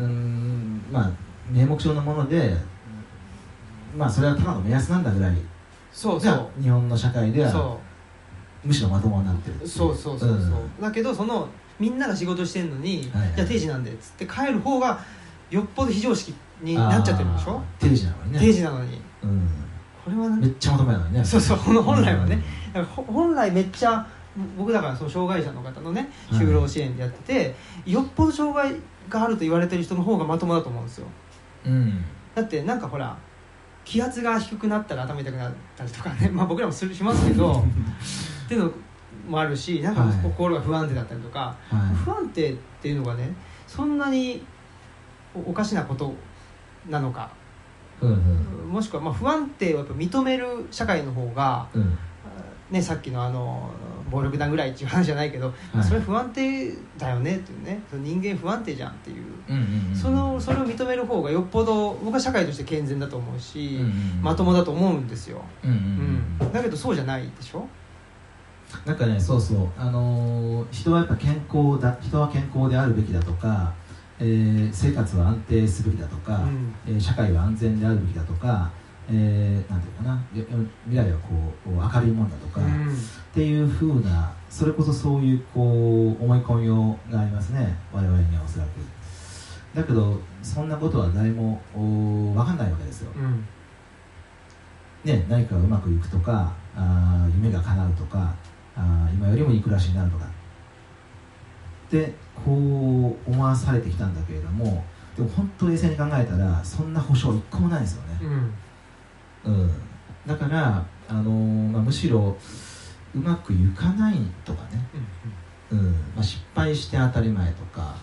名目上のもので、それはただの目安なんだぐらい、日本の社会ではむしろまともになってる。そうだけど、みんなが仕事してるのに、じゃあ定時なんでっつって帰る方がよっぽど非常識になっちゃってるでしょ。 定時なのにね。 定時なのに、これはめっちゃ求めなのにね。 本来はね、本来めっちゃ僕だから障害者の方のね就労支援でやってて、よっぽど障害があると言われてる人の方がまともだと思うんですよ。だってなんかほら気圧が低くなったら頭痛くなったりとかね、僕らもしますけどっていうのもあるし、なんか心が不安定だったりとか、不安定っていうのがねそんなにおかしなことなのか、もしくは不安定をやっぱ認める社会の方が、さっきの暴力団ぐらいっていう話じゃないけど、それ不安定だよねっていうね、人間不安定じゃんっていう、それを認める方がよっぽど僕は社会として健全だと思うし、まともだと思うんですよ。だけどそうじゃないでしょ。 なんかね、人はやっぱ人は健康であるべきだとか、生活は安定すべきだとか、社会は安全であるべきだとか、なんていうかな、未来は明るいもんだとか、っていう風な、それこそそういう思い込みがありますね、我々にはおそらく。だけどそんなことは誰も分かんないわけですよ。何かがうまくいくとか、夢が叶うとか、今よりもいい暮らしになるとかって思わされてきたんだけれども、でも本当に冷静に考えたらそんな保証一個もないですよね。だから、むしろうまくいかないとかね、失敗して当たり前とか、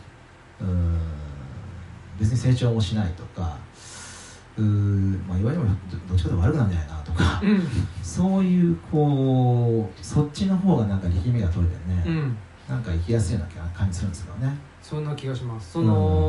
別に成長もしないとか、いわゆるどっちかというと悪くなんじゃないなとか、そういうそっちの方がなんか力みが取れてね、なんか生きやすいような感じするんですよね。 そんな気がします。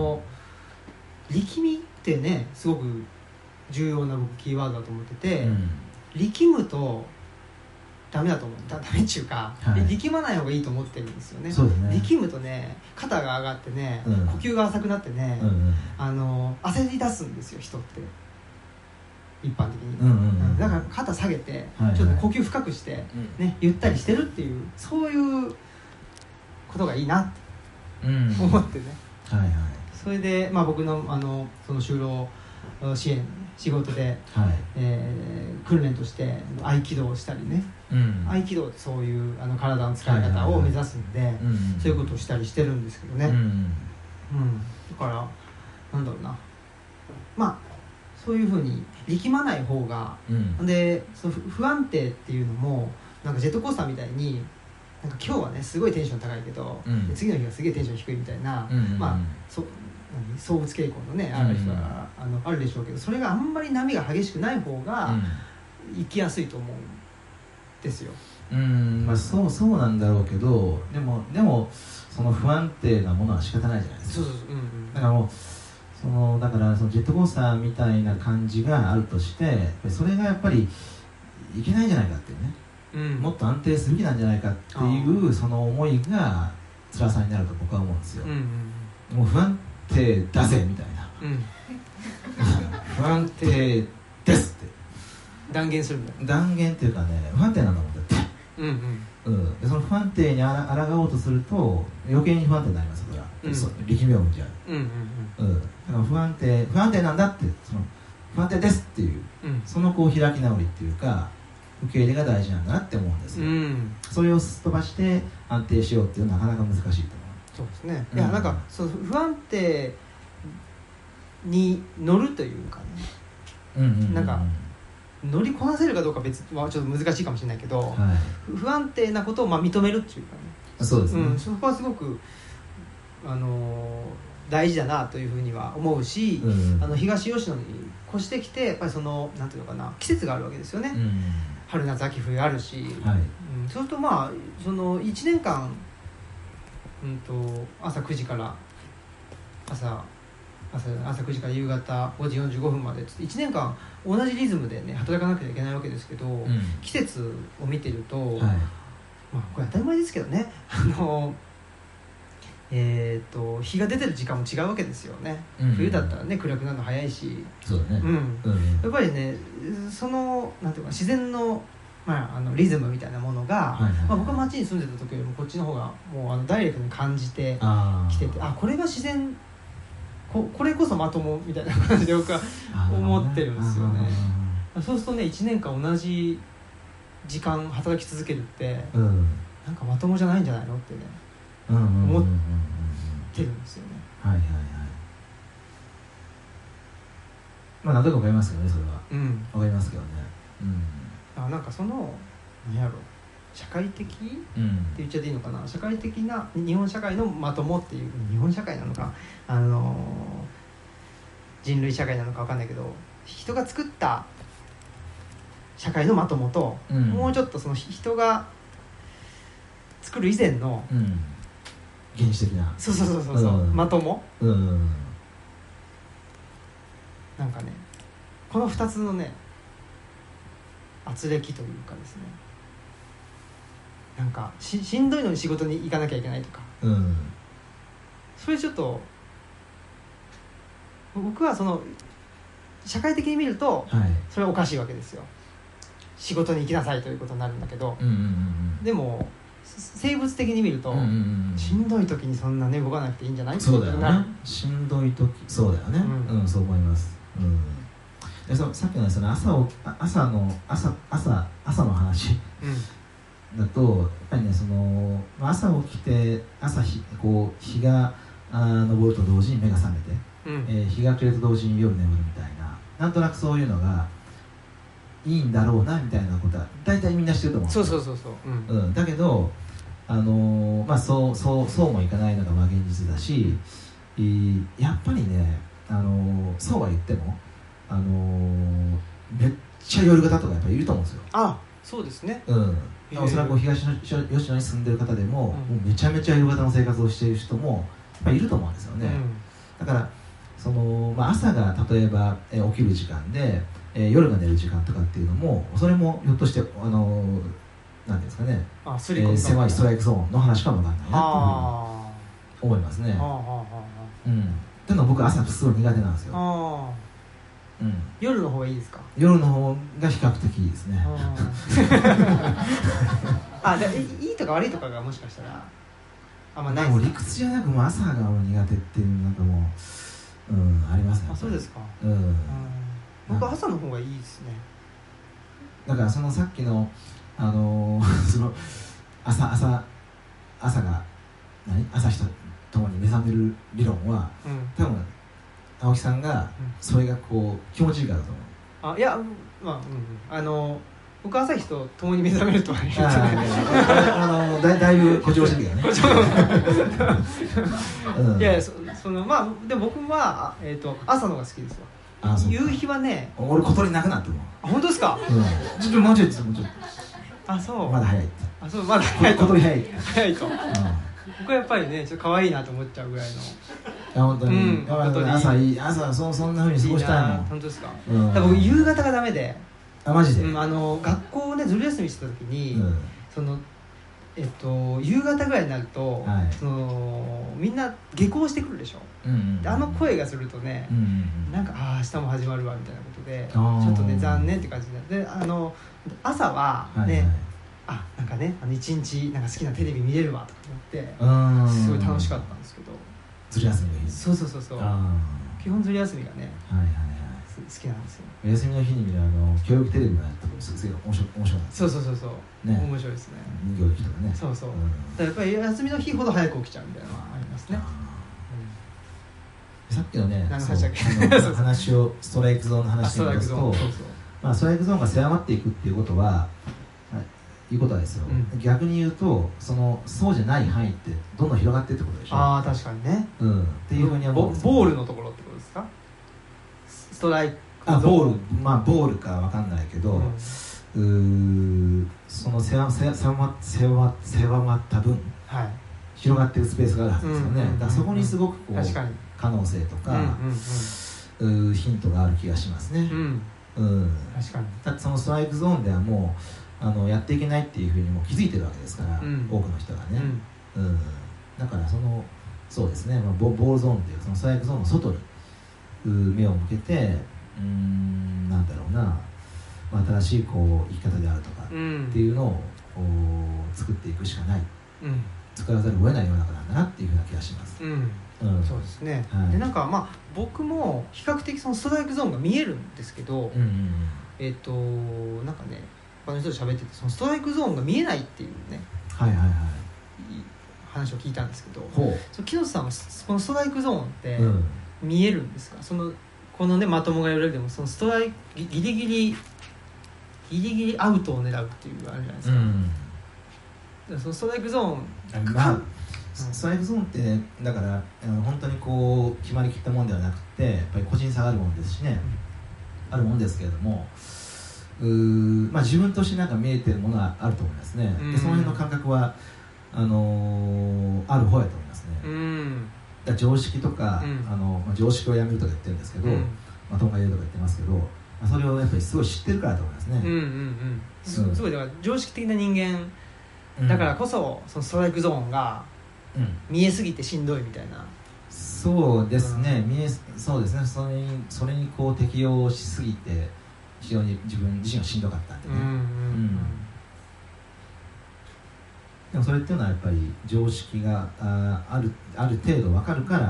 力みってねすごく重要な僕キーワードだと思ってて、力むとダメだと思う。ダメっていうか、力まない方がいいと思ってるんですよね。力むとね肩が上がってね、呼吸が浅くなってね、焦り出すんですよ人って、一般的に。だから肩下げて、ちょっと呼吸深くして、ゆったりしてるっていう、そういうことがいいなって思ってね。それで、僕のその就労支援仕事で、訓練として合気道をしたりね、合気道ってそういう体の使い方を目指すんで、そういうことをしたりしてるんですけどね。だからなんだろうな、そういうふうに力まない方が、でその不安定っていうのもなんかジェットコースターみたいに、なんか今日はねすごいテンション高いけど、次の日はすげえテンション低いみたいな、相うつ傾向のねある人はあるでしょうけど、それがあんまり波が激しくない方が生きやすいと思うんですよ。 そうなんだろうけど、でもその不安定なものは仕方ないじゃないですか。だからだからそのジェットコースターみたいな感じがあるとして、それがやっぱりいけないんじゃないかっていうね、もっと安定するべきなんじゃないかっていうその思いが辛さになると僕は思うんですよ。もう不安定だぜみたいな、不安定ですって断言するんだよ。 断言っていうかね、不安定なんだもんだって。でその不安定に抗おうとすると余計に不安定になりますから、力みを生んじゃう。だだから不安定なんだって、その不安定ですっていう、そのこう開き直りっていうか受け入れが大事なんだなって思うんですよ、それをすっ飛ばして安定しようっていうのはなかなか難しいと思う。 そうですね、いやなんかその不安定に乗るというかね、なんか乗りこなせるかどうか別はちょっと難しいかもしれないけど、はい、不安定なことを認めるっていうかね、 そうですね、 そこはすごく大事だなというふうには思うし、東吉野に越してきてやっぱりそのなんていうのかな、季節があるわけですよね、春夏秋冬あるし、はい、そうするとまあその1年間、朝9時から朝9時から夕方5時45分まで1年間同じリズムでね働かなきゃいけないわけですけど、季節を見てると、はい、まあこれ当たり前ですけどね、日が出てる時間も違うわけですよね、冬だったらね暗くなるの早いし、 そうだね、 やっぱりねそのなんていうか自然の、リズムみたいなものが、僕は街に住んでた時よりもこっちの方がもうダイレクトに感じてきてて、これが自然、これこそまともみたいな感じで僕は思ってるんですよね。そうするとね1年間同じ時間働き続けるって、なんかまともじゃないんじゃないのってね、思ってるんですよね。 はいはいはい。まあ何とかわかりますけどね、それは。わかりますけどね。 なんかその何やろ、社会的、って言っちゃっていいのかな、社会的な日本社会のまともっていう、日本社会なのか人類社会なのか分かんないけど、人が作った社会のまともと、もうちょっとその人が作る以前の、 原始的な、 そう、まとも、なんかねこの2つのね圧力というかですね、なんか しんどいのに仕事に行かなきゃいけないとか、それちょっと僕はその社会的に見ると、それはおかしいわけですよ。仕事に行きなさいということになるんだけど、でも生物的に見ると、しんどい時にそんなね動かなくていいんじゃないってことになる。 そうだよね、しんどい時、そうだよね、そう思います。でさっきのその朝の話だと、やっぱりねその朝起きてこう日が昇ると同時に目が覚めて、日が暮れと同時に夜眠るみたいな、なんとなくそういうのがいいんだろうなみたいなことは大体みんなしてると思うんですよ。そうだけどそうもいかないのが現実だし、やっぱりねそうは言ってもめっちゃ夜型とかやっぱりいると思うんですよ。 そうですね。 おそらく東吉野に住んでる方でも、もうめちゃめちゃ夜型の生活をしている人もやっぱりいると思うんですよね。だからその、朝が例えば起きる時間で、夜が寝る時間とかっていうのも、それもひょっとしてなんですかね、狭いストライクゾーンの話かもわかんないなっていうふうに思いますね。っていうのは僕朝すごい苦手なんですよ。 夜の方がいいですか？ 夜の方が比較的いいですね。 いいとか悪いとかがもしかしたらないですか？理屈じゃなく朝が苦手っていうなんかもう、ありますね。 そうですか。僕は朝の方がいいですね。 だからそのさっきのその朝が朝日と共に目覚める理論は、多分青木さんがそれがこう気持ちいいからだと思う。 いや、僕朝日と共に目覚めるとは言ってない。 だいぶ誇張してるけどね。 いやでも僕は朝の方が好きですわ。夕日はね、 俺小鳥なくなっても。 本当ですか？ ちょっともうちょい、 そう。 まだ早い。 まだ早いと。 小鳥早いと。僕はやっぱりね、ちょっと可愛いなと思っちゃうぐらいの。 本当に。朝そんな風に過ごしたいもん。 本当ですか？僕夕方がダメで。 マジで。 学校をねずる休みしてた時に、その夕方ぐらいになると、そのみんな下校してくるでしょ。声がするとね、なんか明日も始まるわみたいなことで、ちょっとね残念って感じで、朝はね、なんかね一日なんか好きなテレビ見れるわとか思って、すごい楽しかったんですけど。 ずる休みがいい。 そう。 基本ずり休みがね、 はいはいはい、 好きなんですよ。 休みの日に見る教育テレビのやつとかすごい面白いんですよ。 そう、ね、面白いですね。 人形劇とかね。 そう、だからやっぱり休みの日ほど早く起きちゃうみたいなのはありますね。 さっきのね、 話をストライクゾーンの話に戻すと、ストライクゾーンが狭まっていくっていうことは、いうことはですよ、逆に言うとそうじゃない範囲ってどんどん広がっていってことでしょ。 ああ、確かにね。 っていうふうに思うんですよ。 ボールのところってことですか？ストライクゾーン。 ボールかわかんないけど、その狭まった分、広がっているスペースがあるはずですよね。だからそこにすごくこう可能性とか、ヒントがある気がしますね。 確かに。 だってそのストライクゾーンではもうやっていけないっていうふうにもう気づいてるわけですから、多くの人がね。だからそうですね、ボールゾーンっていうそのストライクゾーンの外に目を向けて、なんだろうな、新しいこう生き方であるとかっていうのを作っていくしかない、作らざるを得ない世の中なんだなっていうふうな気がします。 そうですね。でなんか僕も比較的そのストライクゾーンが見えるんですけど、なんかね、他の人と喋っててそのストライクゾーンが見えないっていうね、話を聞いたんですけど、木下さんはこのストライクゾーンって見えるんですか？このね、まともが揺れるでもそのストライクギリギリアウトを狙うっていうあるじゃないですか。そのストライクゾーン、 ストライクゾーンって、ね、だから本当にこう決まりきったもんではなくて、やっぱり個人差があるもんですしね、あるもんですけれども、自分としてなんか見えてるものはあると思いますね。でその辺の感覚はある方やと思いますね。だ常識とか、常識をやめるとか言ってるんですけど、とんが言うとか言ってますけど、それをやっぱりすごい知ってるからだと思いますね。すごいだから常識的な人間だからこそ、そのストライクゾーンが見えすぎてしんどいみたいな。 そうですね、そうですね、それにこう適応しすぎて非常に自分自身がしんどかったんでね。でもそれっていうのはやっぱり常識がある程度分かるから、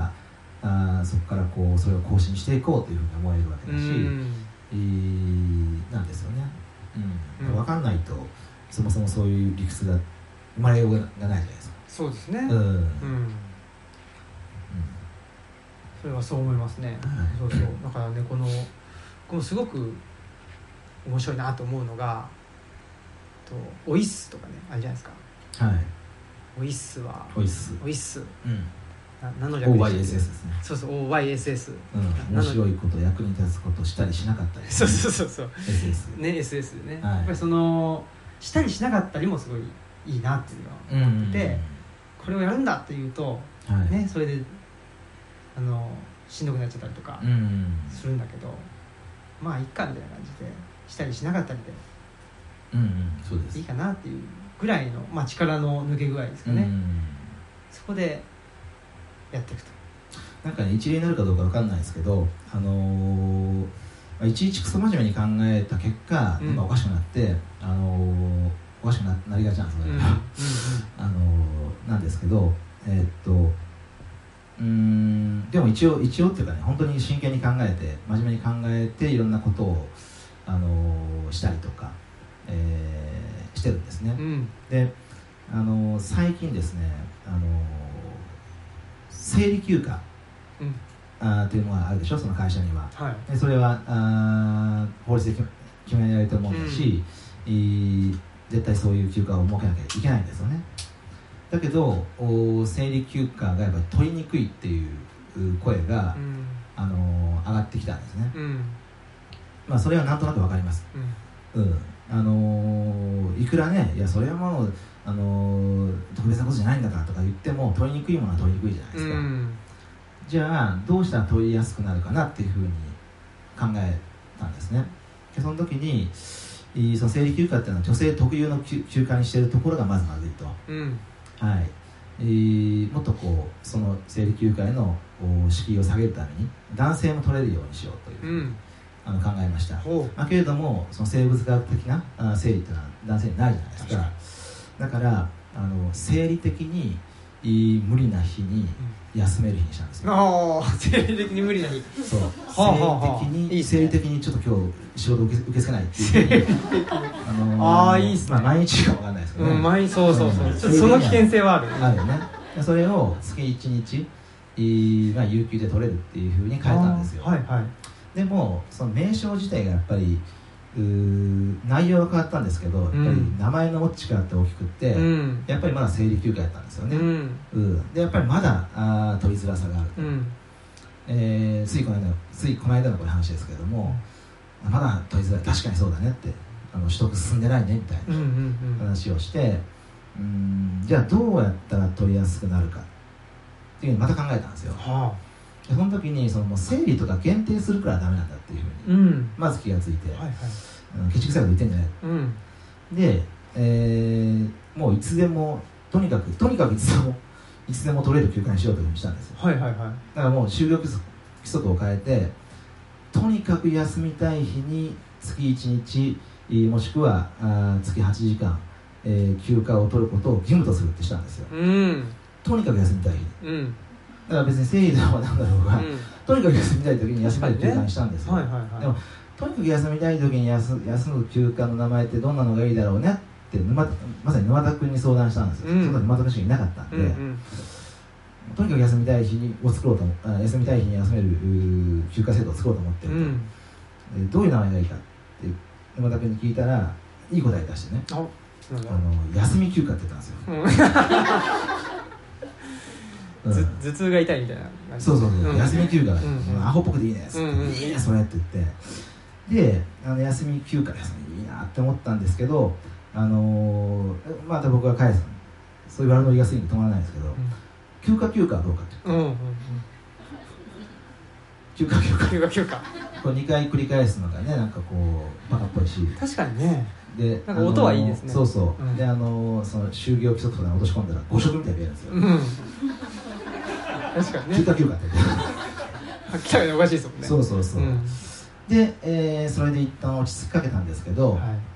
そこからこうそれを更新していこうというふうに思えるわけだし、なんですよね。分かんないとそもそもそういう理屈が生まれようがないじゃないですか。 そうですね。それはそう思いますね。だからね、このすごく面白いなと思うのが、オイッスとかね、あれじゃないですか。オイッスはオイッス、何の略でしたっけ？ OYSS ですね。そうOYSS、 面白いこと役に立つことしたりしなかったり、 そう SS ね、SS でね、やっぱりしたりしなかったりもすごいいいなっていうのを思ってて、これをやるんだっていうと、ね、それでしんどくなっちゃったりとかするんだけど、まあいっかみたいな感じでしたりしなかったりでそうです、 いいかなっていうぐらいの、力の抜け具合ですかね。そこでやっていくと、 なんかね、一例になるかどうか分かんないですけど、いちいちクソ真面目に考えた結果、おかしくなって、おかしくなりがちなんですよね。なんですけど、でも一応っていうかね、本当に真剣に考えて真面目に考えていろんなことをしたりとか、してるんですね。で最近ですね、生理休暇というのがあるでしょ、その会社には。でそれは法律で決められてるもんだし、絶対そういう休暇を設けなきゃいけないんですよね。だけど生理休暇がやっぱり取りにくいっていう声が、上がってきたんですね。それはなんとなくわかります。いくらね、いやそれはもう特別なことじゃないんだからとか言っても、取りにくいものは取りにくいじゃないですか。じゃあどうしたら取りやすくなるかなっていうふうに考えたんですね。でその時にその生理休暇っていうのは女性特有の休暇にしているところがまずまずいと、もっとこうその生理休暇への敷居を下げるために男性も取れるようにしようというふうに、考えました。けれどもその生物学的な生理っていうのは男性にないじゃないですか。だから生理的に無理な日に休める日にしたんですよ。 ああ、生理的に無理な日。 そう、生理的にちょっと今日仕事受け付けないっていう日にああ、いいっすね。 まあ毎日か分かんないですけどね。 毎日、そうそうそう。ちょっとその危険性はある。 あるよね。それを月1日、まあ、有給で取れるっていうふうに変えたんですよ。 はいはい。 でもその名称自体がやっぱり内容は変わったんですけど、やっぱり名前の持つ力って大きくって、やっぱりまだ生理休暇やったんですよね。でやっぱりまだ取りづらさがある。ついこの間のこれ話ですけれども、まだ取りづらい、確かにそうだねって、取得進んでないねみたいな話をして、じゃあどうやったら取りやすくなるかっていうのをまた考えたんですよ。その時にもう生理とか限定するからダメなんだっていうふうに、まず気がついて、ケチくさいこと言ってんじゃない、で、もういつでもとにかくいつでも取れる休暇にしようというふうにしたんですよ。だからもう就業規則を変えて、とにかく休みたい日に月1日もしくは月8時間、休暇を取ることを義務とするってしたんですよ。とにかく休みたい日に、だから別に生理だろうなんだろうが、とにかく休みたい時に休める休暇にしたんですよ。でもとにかく休みたい時に休む休暇の名前ってどんなのがいいだろうねってまさに沼田君に相談したんですよ。その時沼田君しかいなかったんで、とにかく休みたい日を作ろうと休みたい日に休める休暇制度を作ろうと思ってると、どういう名前がいいかって沼田君に聞いたらいい答え出してね、休み休暇って言ったんですよ。 頭痛が痛いみたいな感じ。 そう、休み休暇がアホっぽくていいね、いいねそれって言って、で休み休暇ですね、いいなって思ったんですけど、また僕が返す、そういう悪ノリがすぎに止まらないんですけど、休暇はどうかって言って、休暇これ2回繰り返すのがね、なんかこうバカっぽいし、 確かにね、 でなんか音はいいですね。 そう、でその就業規則とかに落とし込んだら誤植みたいに見えるんですよ。 確かにね、 休暇って明らかにおかしいですもんね。 そう、で、それで一旦落ち着きかけたんですけど、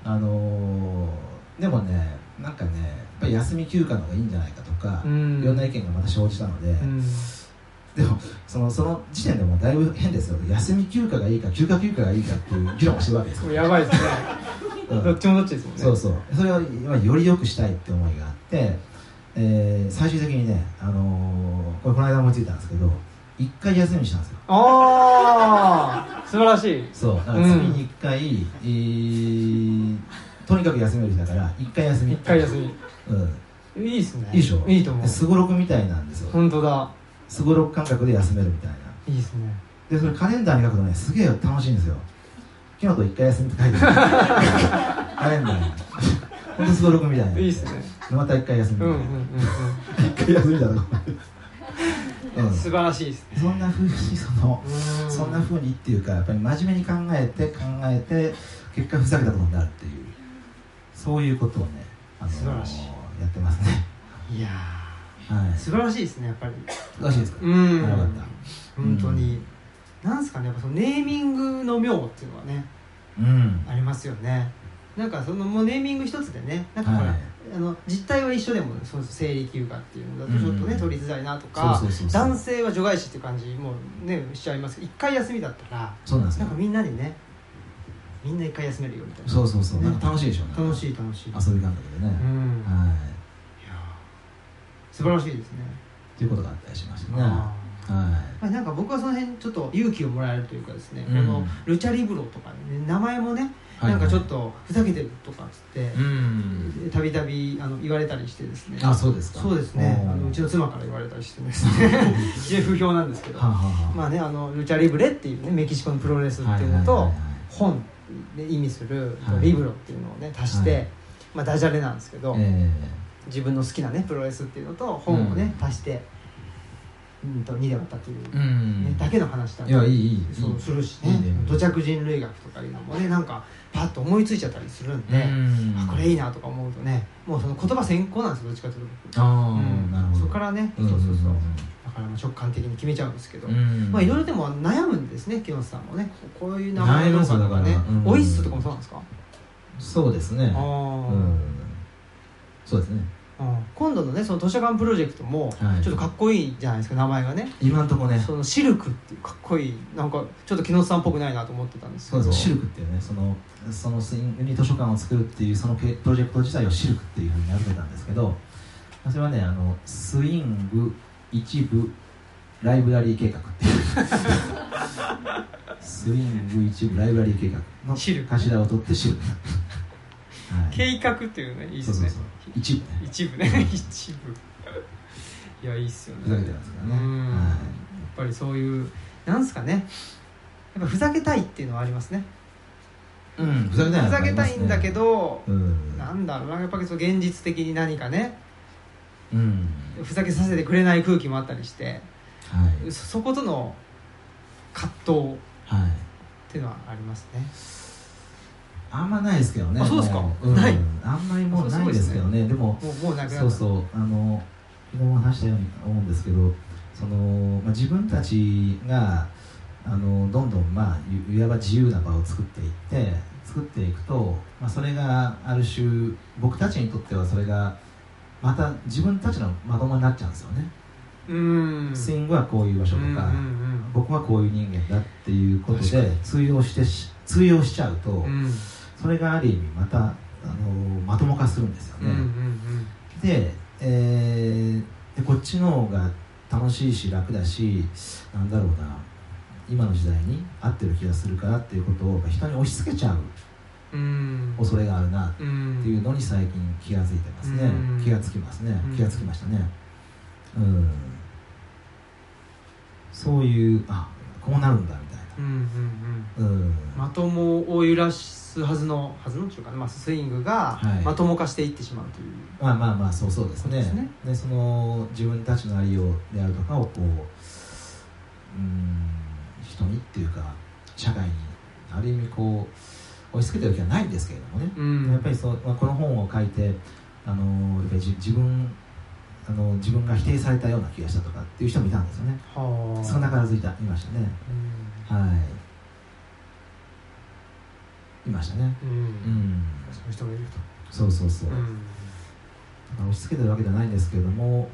でもね、なんかね、やっぱり休み休暇の方がいいんじゃないかとか、いろんな意見がまた生じたので、でもその時点でもだいぶ変ですよ。休み休暇がいいか休暇がいいかっていう議論をしてるわけですよ。 やばいですね。どっちもどっちですもんね。 そうそれをより良くしたいって思いがあって、最終的にね、この間思いついたんですけど、1回休みにしたんですよ。素晴らしい。そう、だから月に1回、とにかく休める日だから1回休み。いいですね。いいでしょ。いいと思う。すごろくみたいなんですよ。本当だ。すごろく感覚で休めるみたいな。いいですね。でそれカレンダーに書くとね、すげえ楽しいんですよ。昨日と1回休みって書いてあるカレンダーに。本当すごろくみたいな。いいですね。また1回休みみたいな。1回休みだとか。素晴らしいですね。そんな風にっていうか、やっぱり真面目に考えて結果ふざけたことになるっていう、そういうことをね、素晴らしいやってますね。いやー、素晴らしいですね。やっぱり素晴らしいですか。よかった。本当になんですかね、やっぱそのネーミングの妙っていうのはね、ありますよね。なんかもうネーミング一つでね、なんかほら、実態は一緒でも生理休暇っていうのだとちょっとね、取りづらいなとか、男性は除外視っていう感じもねしちゃいますけど、1回休みだったらなんかみんなにね、みんな1回休めるよみたいな。そう、なんか楽しいでしょうね。楽しい遊び感覚でね。いや素晴らしいですね。ということがあったりしましたね。なんか僕はその辺ちょっと勇気をもらえるというかですね、このルチャリブロとかね、名前もね、なんかちょっとふざけてるとかっつってたびたび言われたりしてですね。そうですか。そうですね。うちの妻から言われたりしてですね、非常に不評なんですけど、まあね、ルチャリブレっていうね、メキシコのプロレスっていうのと本で意味するリブロっていうのをね足して、まあダジャレなんですけど、自分の好きなねプロレスっていうのと本をね足して2で割ったっていうだけの話だったりするしね、土着人類学とかいうのもね、なんかパッと思いついちゃったりするんで、これいいなとか思うとね、もうその言葉先行なんですよ、どっちかというと。そこからね、そうだから直感的に決めちゃうんですけど、まあいろいろでも悩むんですね、木下さんもね、こういう名前どうかとかね。オイッスとかもそうなんですか？そうですね。そうですね。 今度のねその図書館プロジェクトもちょっとかっこいいじゃないですか、名前がね。 今のところねそのシルクっていうかっこいい、なんかちょっと木下さんっぽくないなと思ってたんですけど。 そうです、シルクっていうね、そのスイングに図書館を作るっていうそのプロジェクト自体をシルクっていうふうに名付けたんですけど、それはねスイング一部ライブラリー計画っていうスイング一部ライブラリー計画の頭を取ってシルク、 はい、計画っていうねいいですね。 そう一部ね一部ね一部いやいいっすよね。 ふざけてますからね、はい、 やっぱりそういうなんですかね、やっぱふざけたいっていうのはありますね。 ふざけたいんだけど、なんだろうな、やっぱりそう現実的に何かね、ふざけさせてくれない空気もあったりして、はい、そことの葛藤っていうのはありますね。 あんまないですけどね。 あ、そうですか。 ない。あんまりもうないですけどね。でももうなくなった。 そう昨日も話したように思うんですけど、自分たちがどんどんいわば自由な場を作っていくと、それがある種僕たちにとってはそれがまた自分たちのまともになっちゃうんですよね。スイングはこういう場所とか、僕はこういう人間だっていうことで通用しちゃうと、それがある意味またまとも化するんですよね。でこっちの方が楽しいし楽だし、なんだろうな、今の時代に合ってる気がするからっていうことを人に押し付けちゃう恐れがあるなっていうのに最近気がついてますね。気がつきましたね。そういうこうなるんだみたいな、 まともを揺らすはずのっていうかね、スイングがまとも化していってしまうという、 そうですね。でその自分たちのありようであるとかをこう人にっていうか社会にある意味こう押し付けてる気はないんですけれどもね、やっぱりこの本を書いてやっぱり自分が否定されたような気がしたとかっていう人もいたんですよね。少なからずいましたね。いましたね。 そういう人がいると。 そう、押し付けてるわけじゃないんですけれども、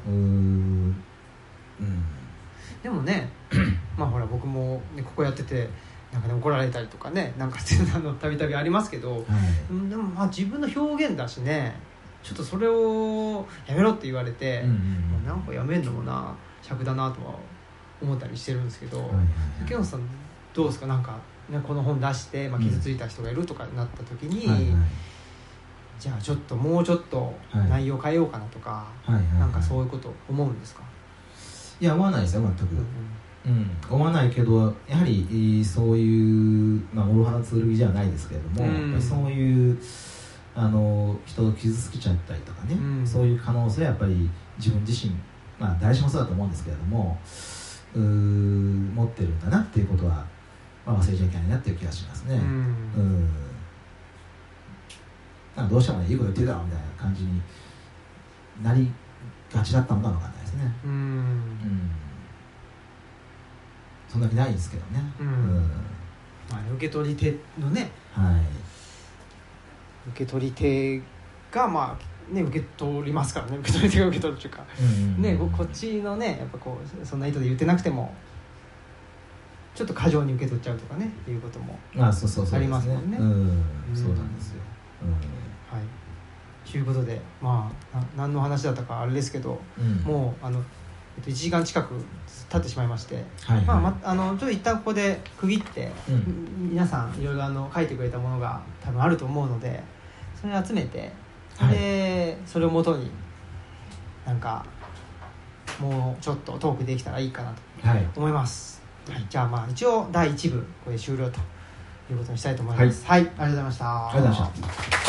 でもねほら僕も、ね、ここやっててなんか、ね、怒られたりとかね、なんかたびたびありますけど、でも自分の表現だしね、ちょっとそれをやめろって言われて、なんかやめるのもな尺だなとは思ったりしてるんですけど、木本さんどうですか？なんか、ね、この本出して、傷ついた人がいるとかなった時に、じゃあもうちょっと内容変えようかなとか、なんかそういうこと思うんですか？ いや思わないですよ全く。思わないけど、やはりそういう諸刃の剣じゃないですけれども、やっぱりそういう人を傷つけちゃったりとかね、そういう可能性はやっぱり自分自身、誰しもそうだと思うんですけれども、持ってるんだなっていうことは、忘れちゃいけないなっていう気がしますね。なんかどうしてもいいこと言ってるだろうみたいな感じになりがちだったのかもわかんないですね。そんな気ないんですけどね。 受け取り手のね、受け取り手が受け取りますからね、受け取り手が受け取るというか、こっちのね、やっぱこうそんな意図で言ってなくてもちょっと過剰に受け取っちゃうとかね、いうこともありますもんね。 そうなんですよ。 ということで、何の話だったかあれですけど、もう1時間近く経ってしまいまして、ちょっと一旦ここで区切って、皆さんいろいろ書いてくれたものが多分あると思うので、それを集めて、でそれをもとになんかもうちょっとトークできたらいいかなと思います。じゃあ一応第1部これで終了ということにしたいと思います。ありがとうございました。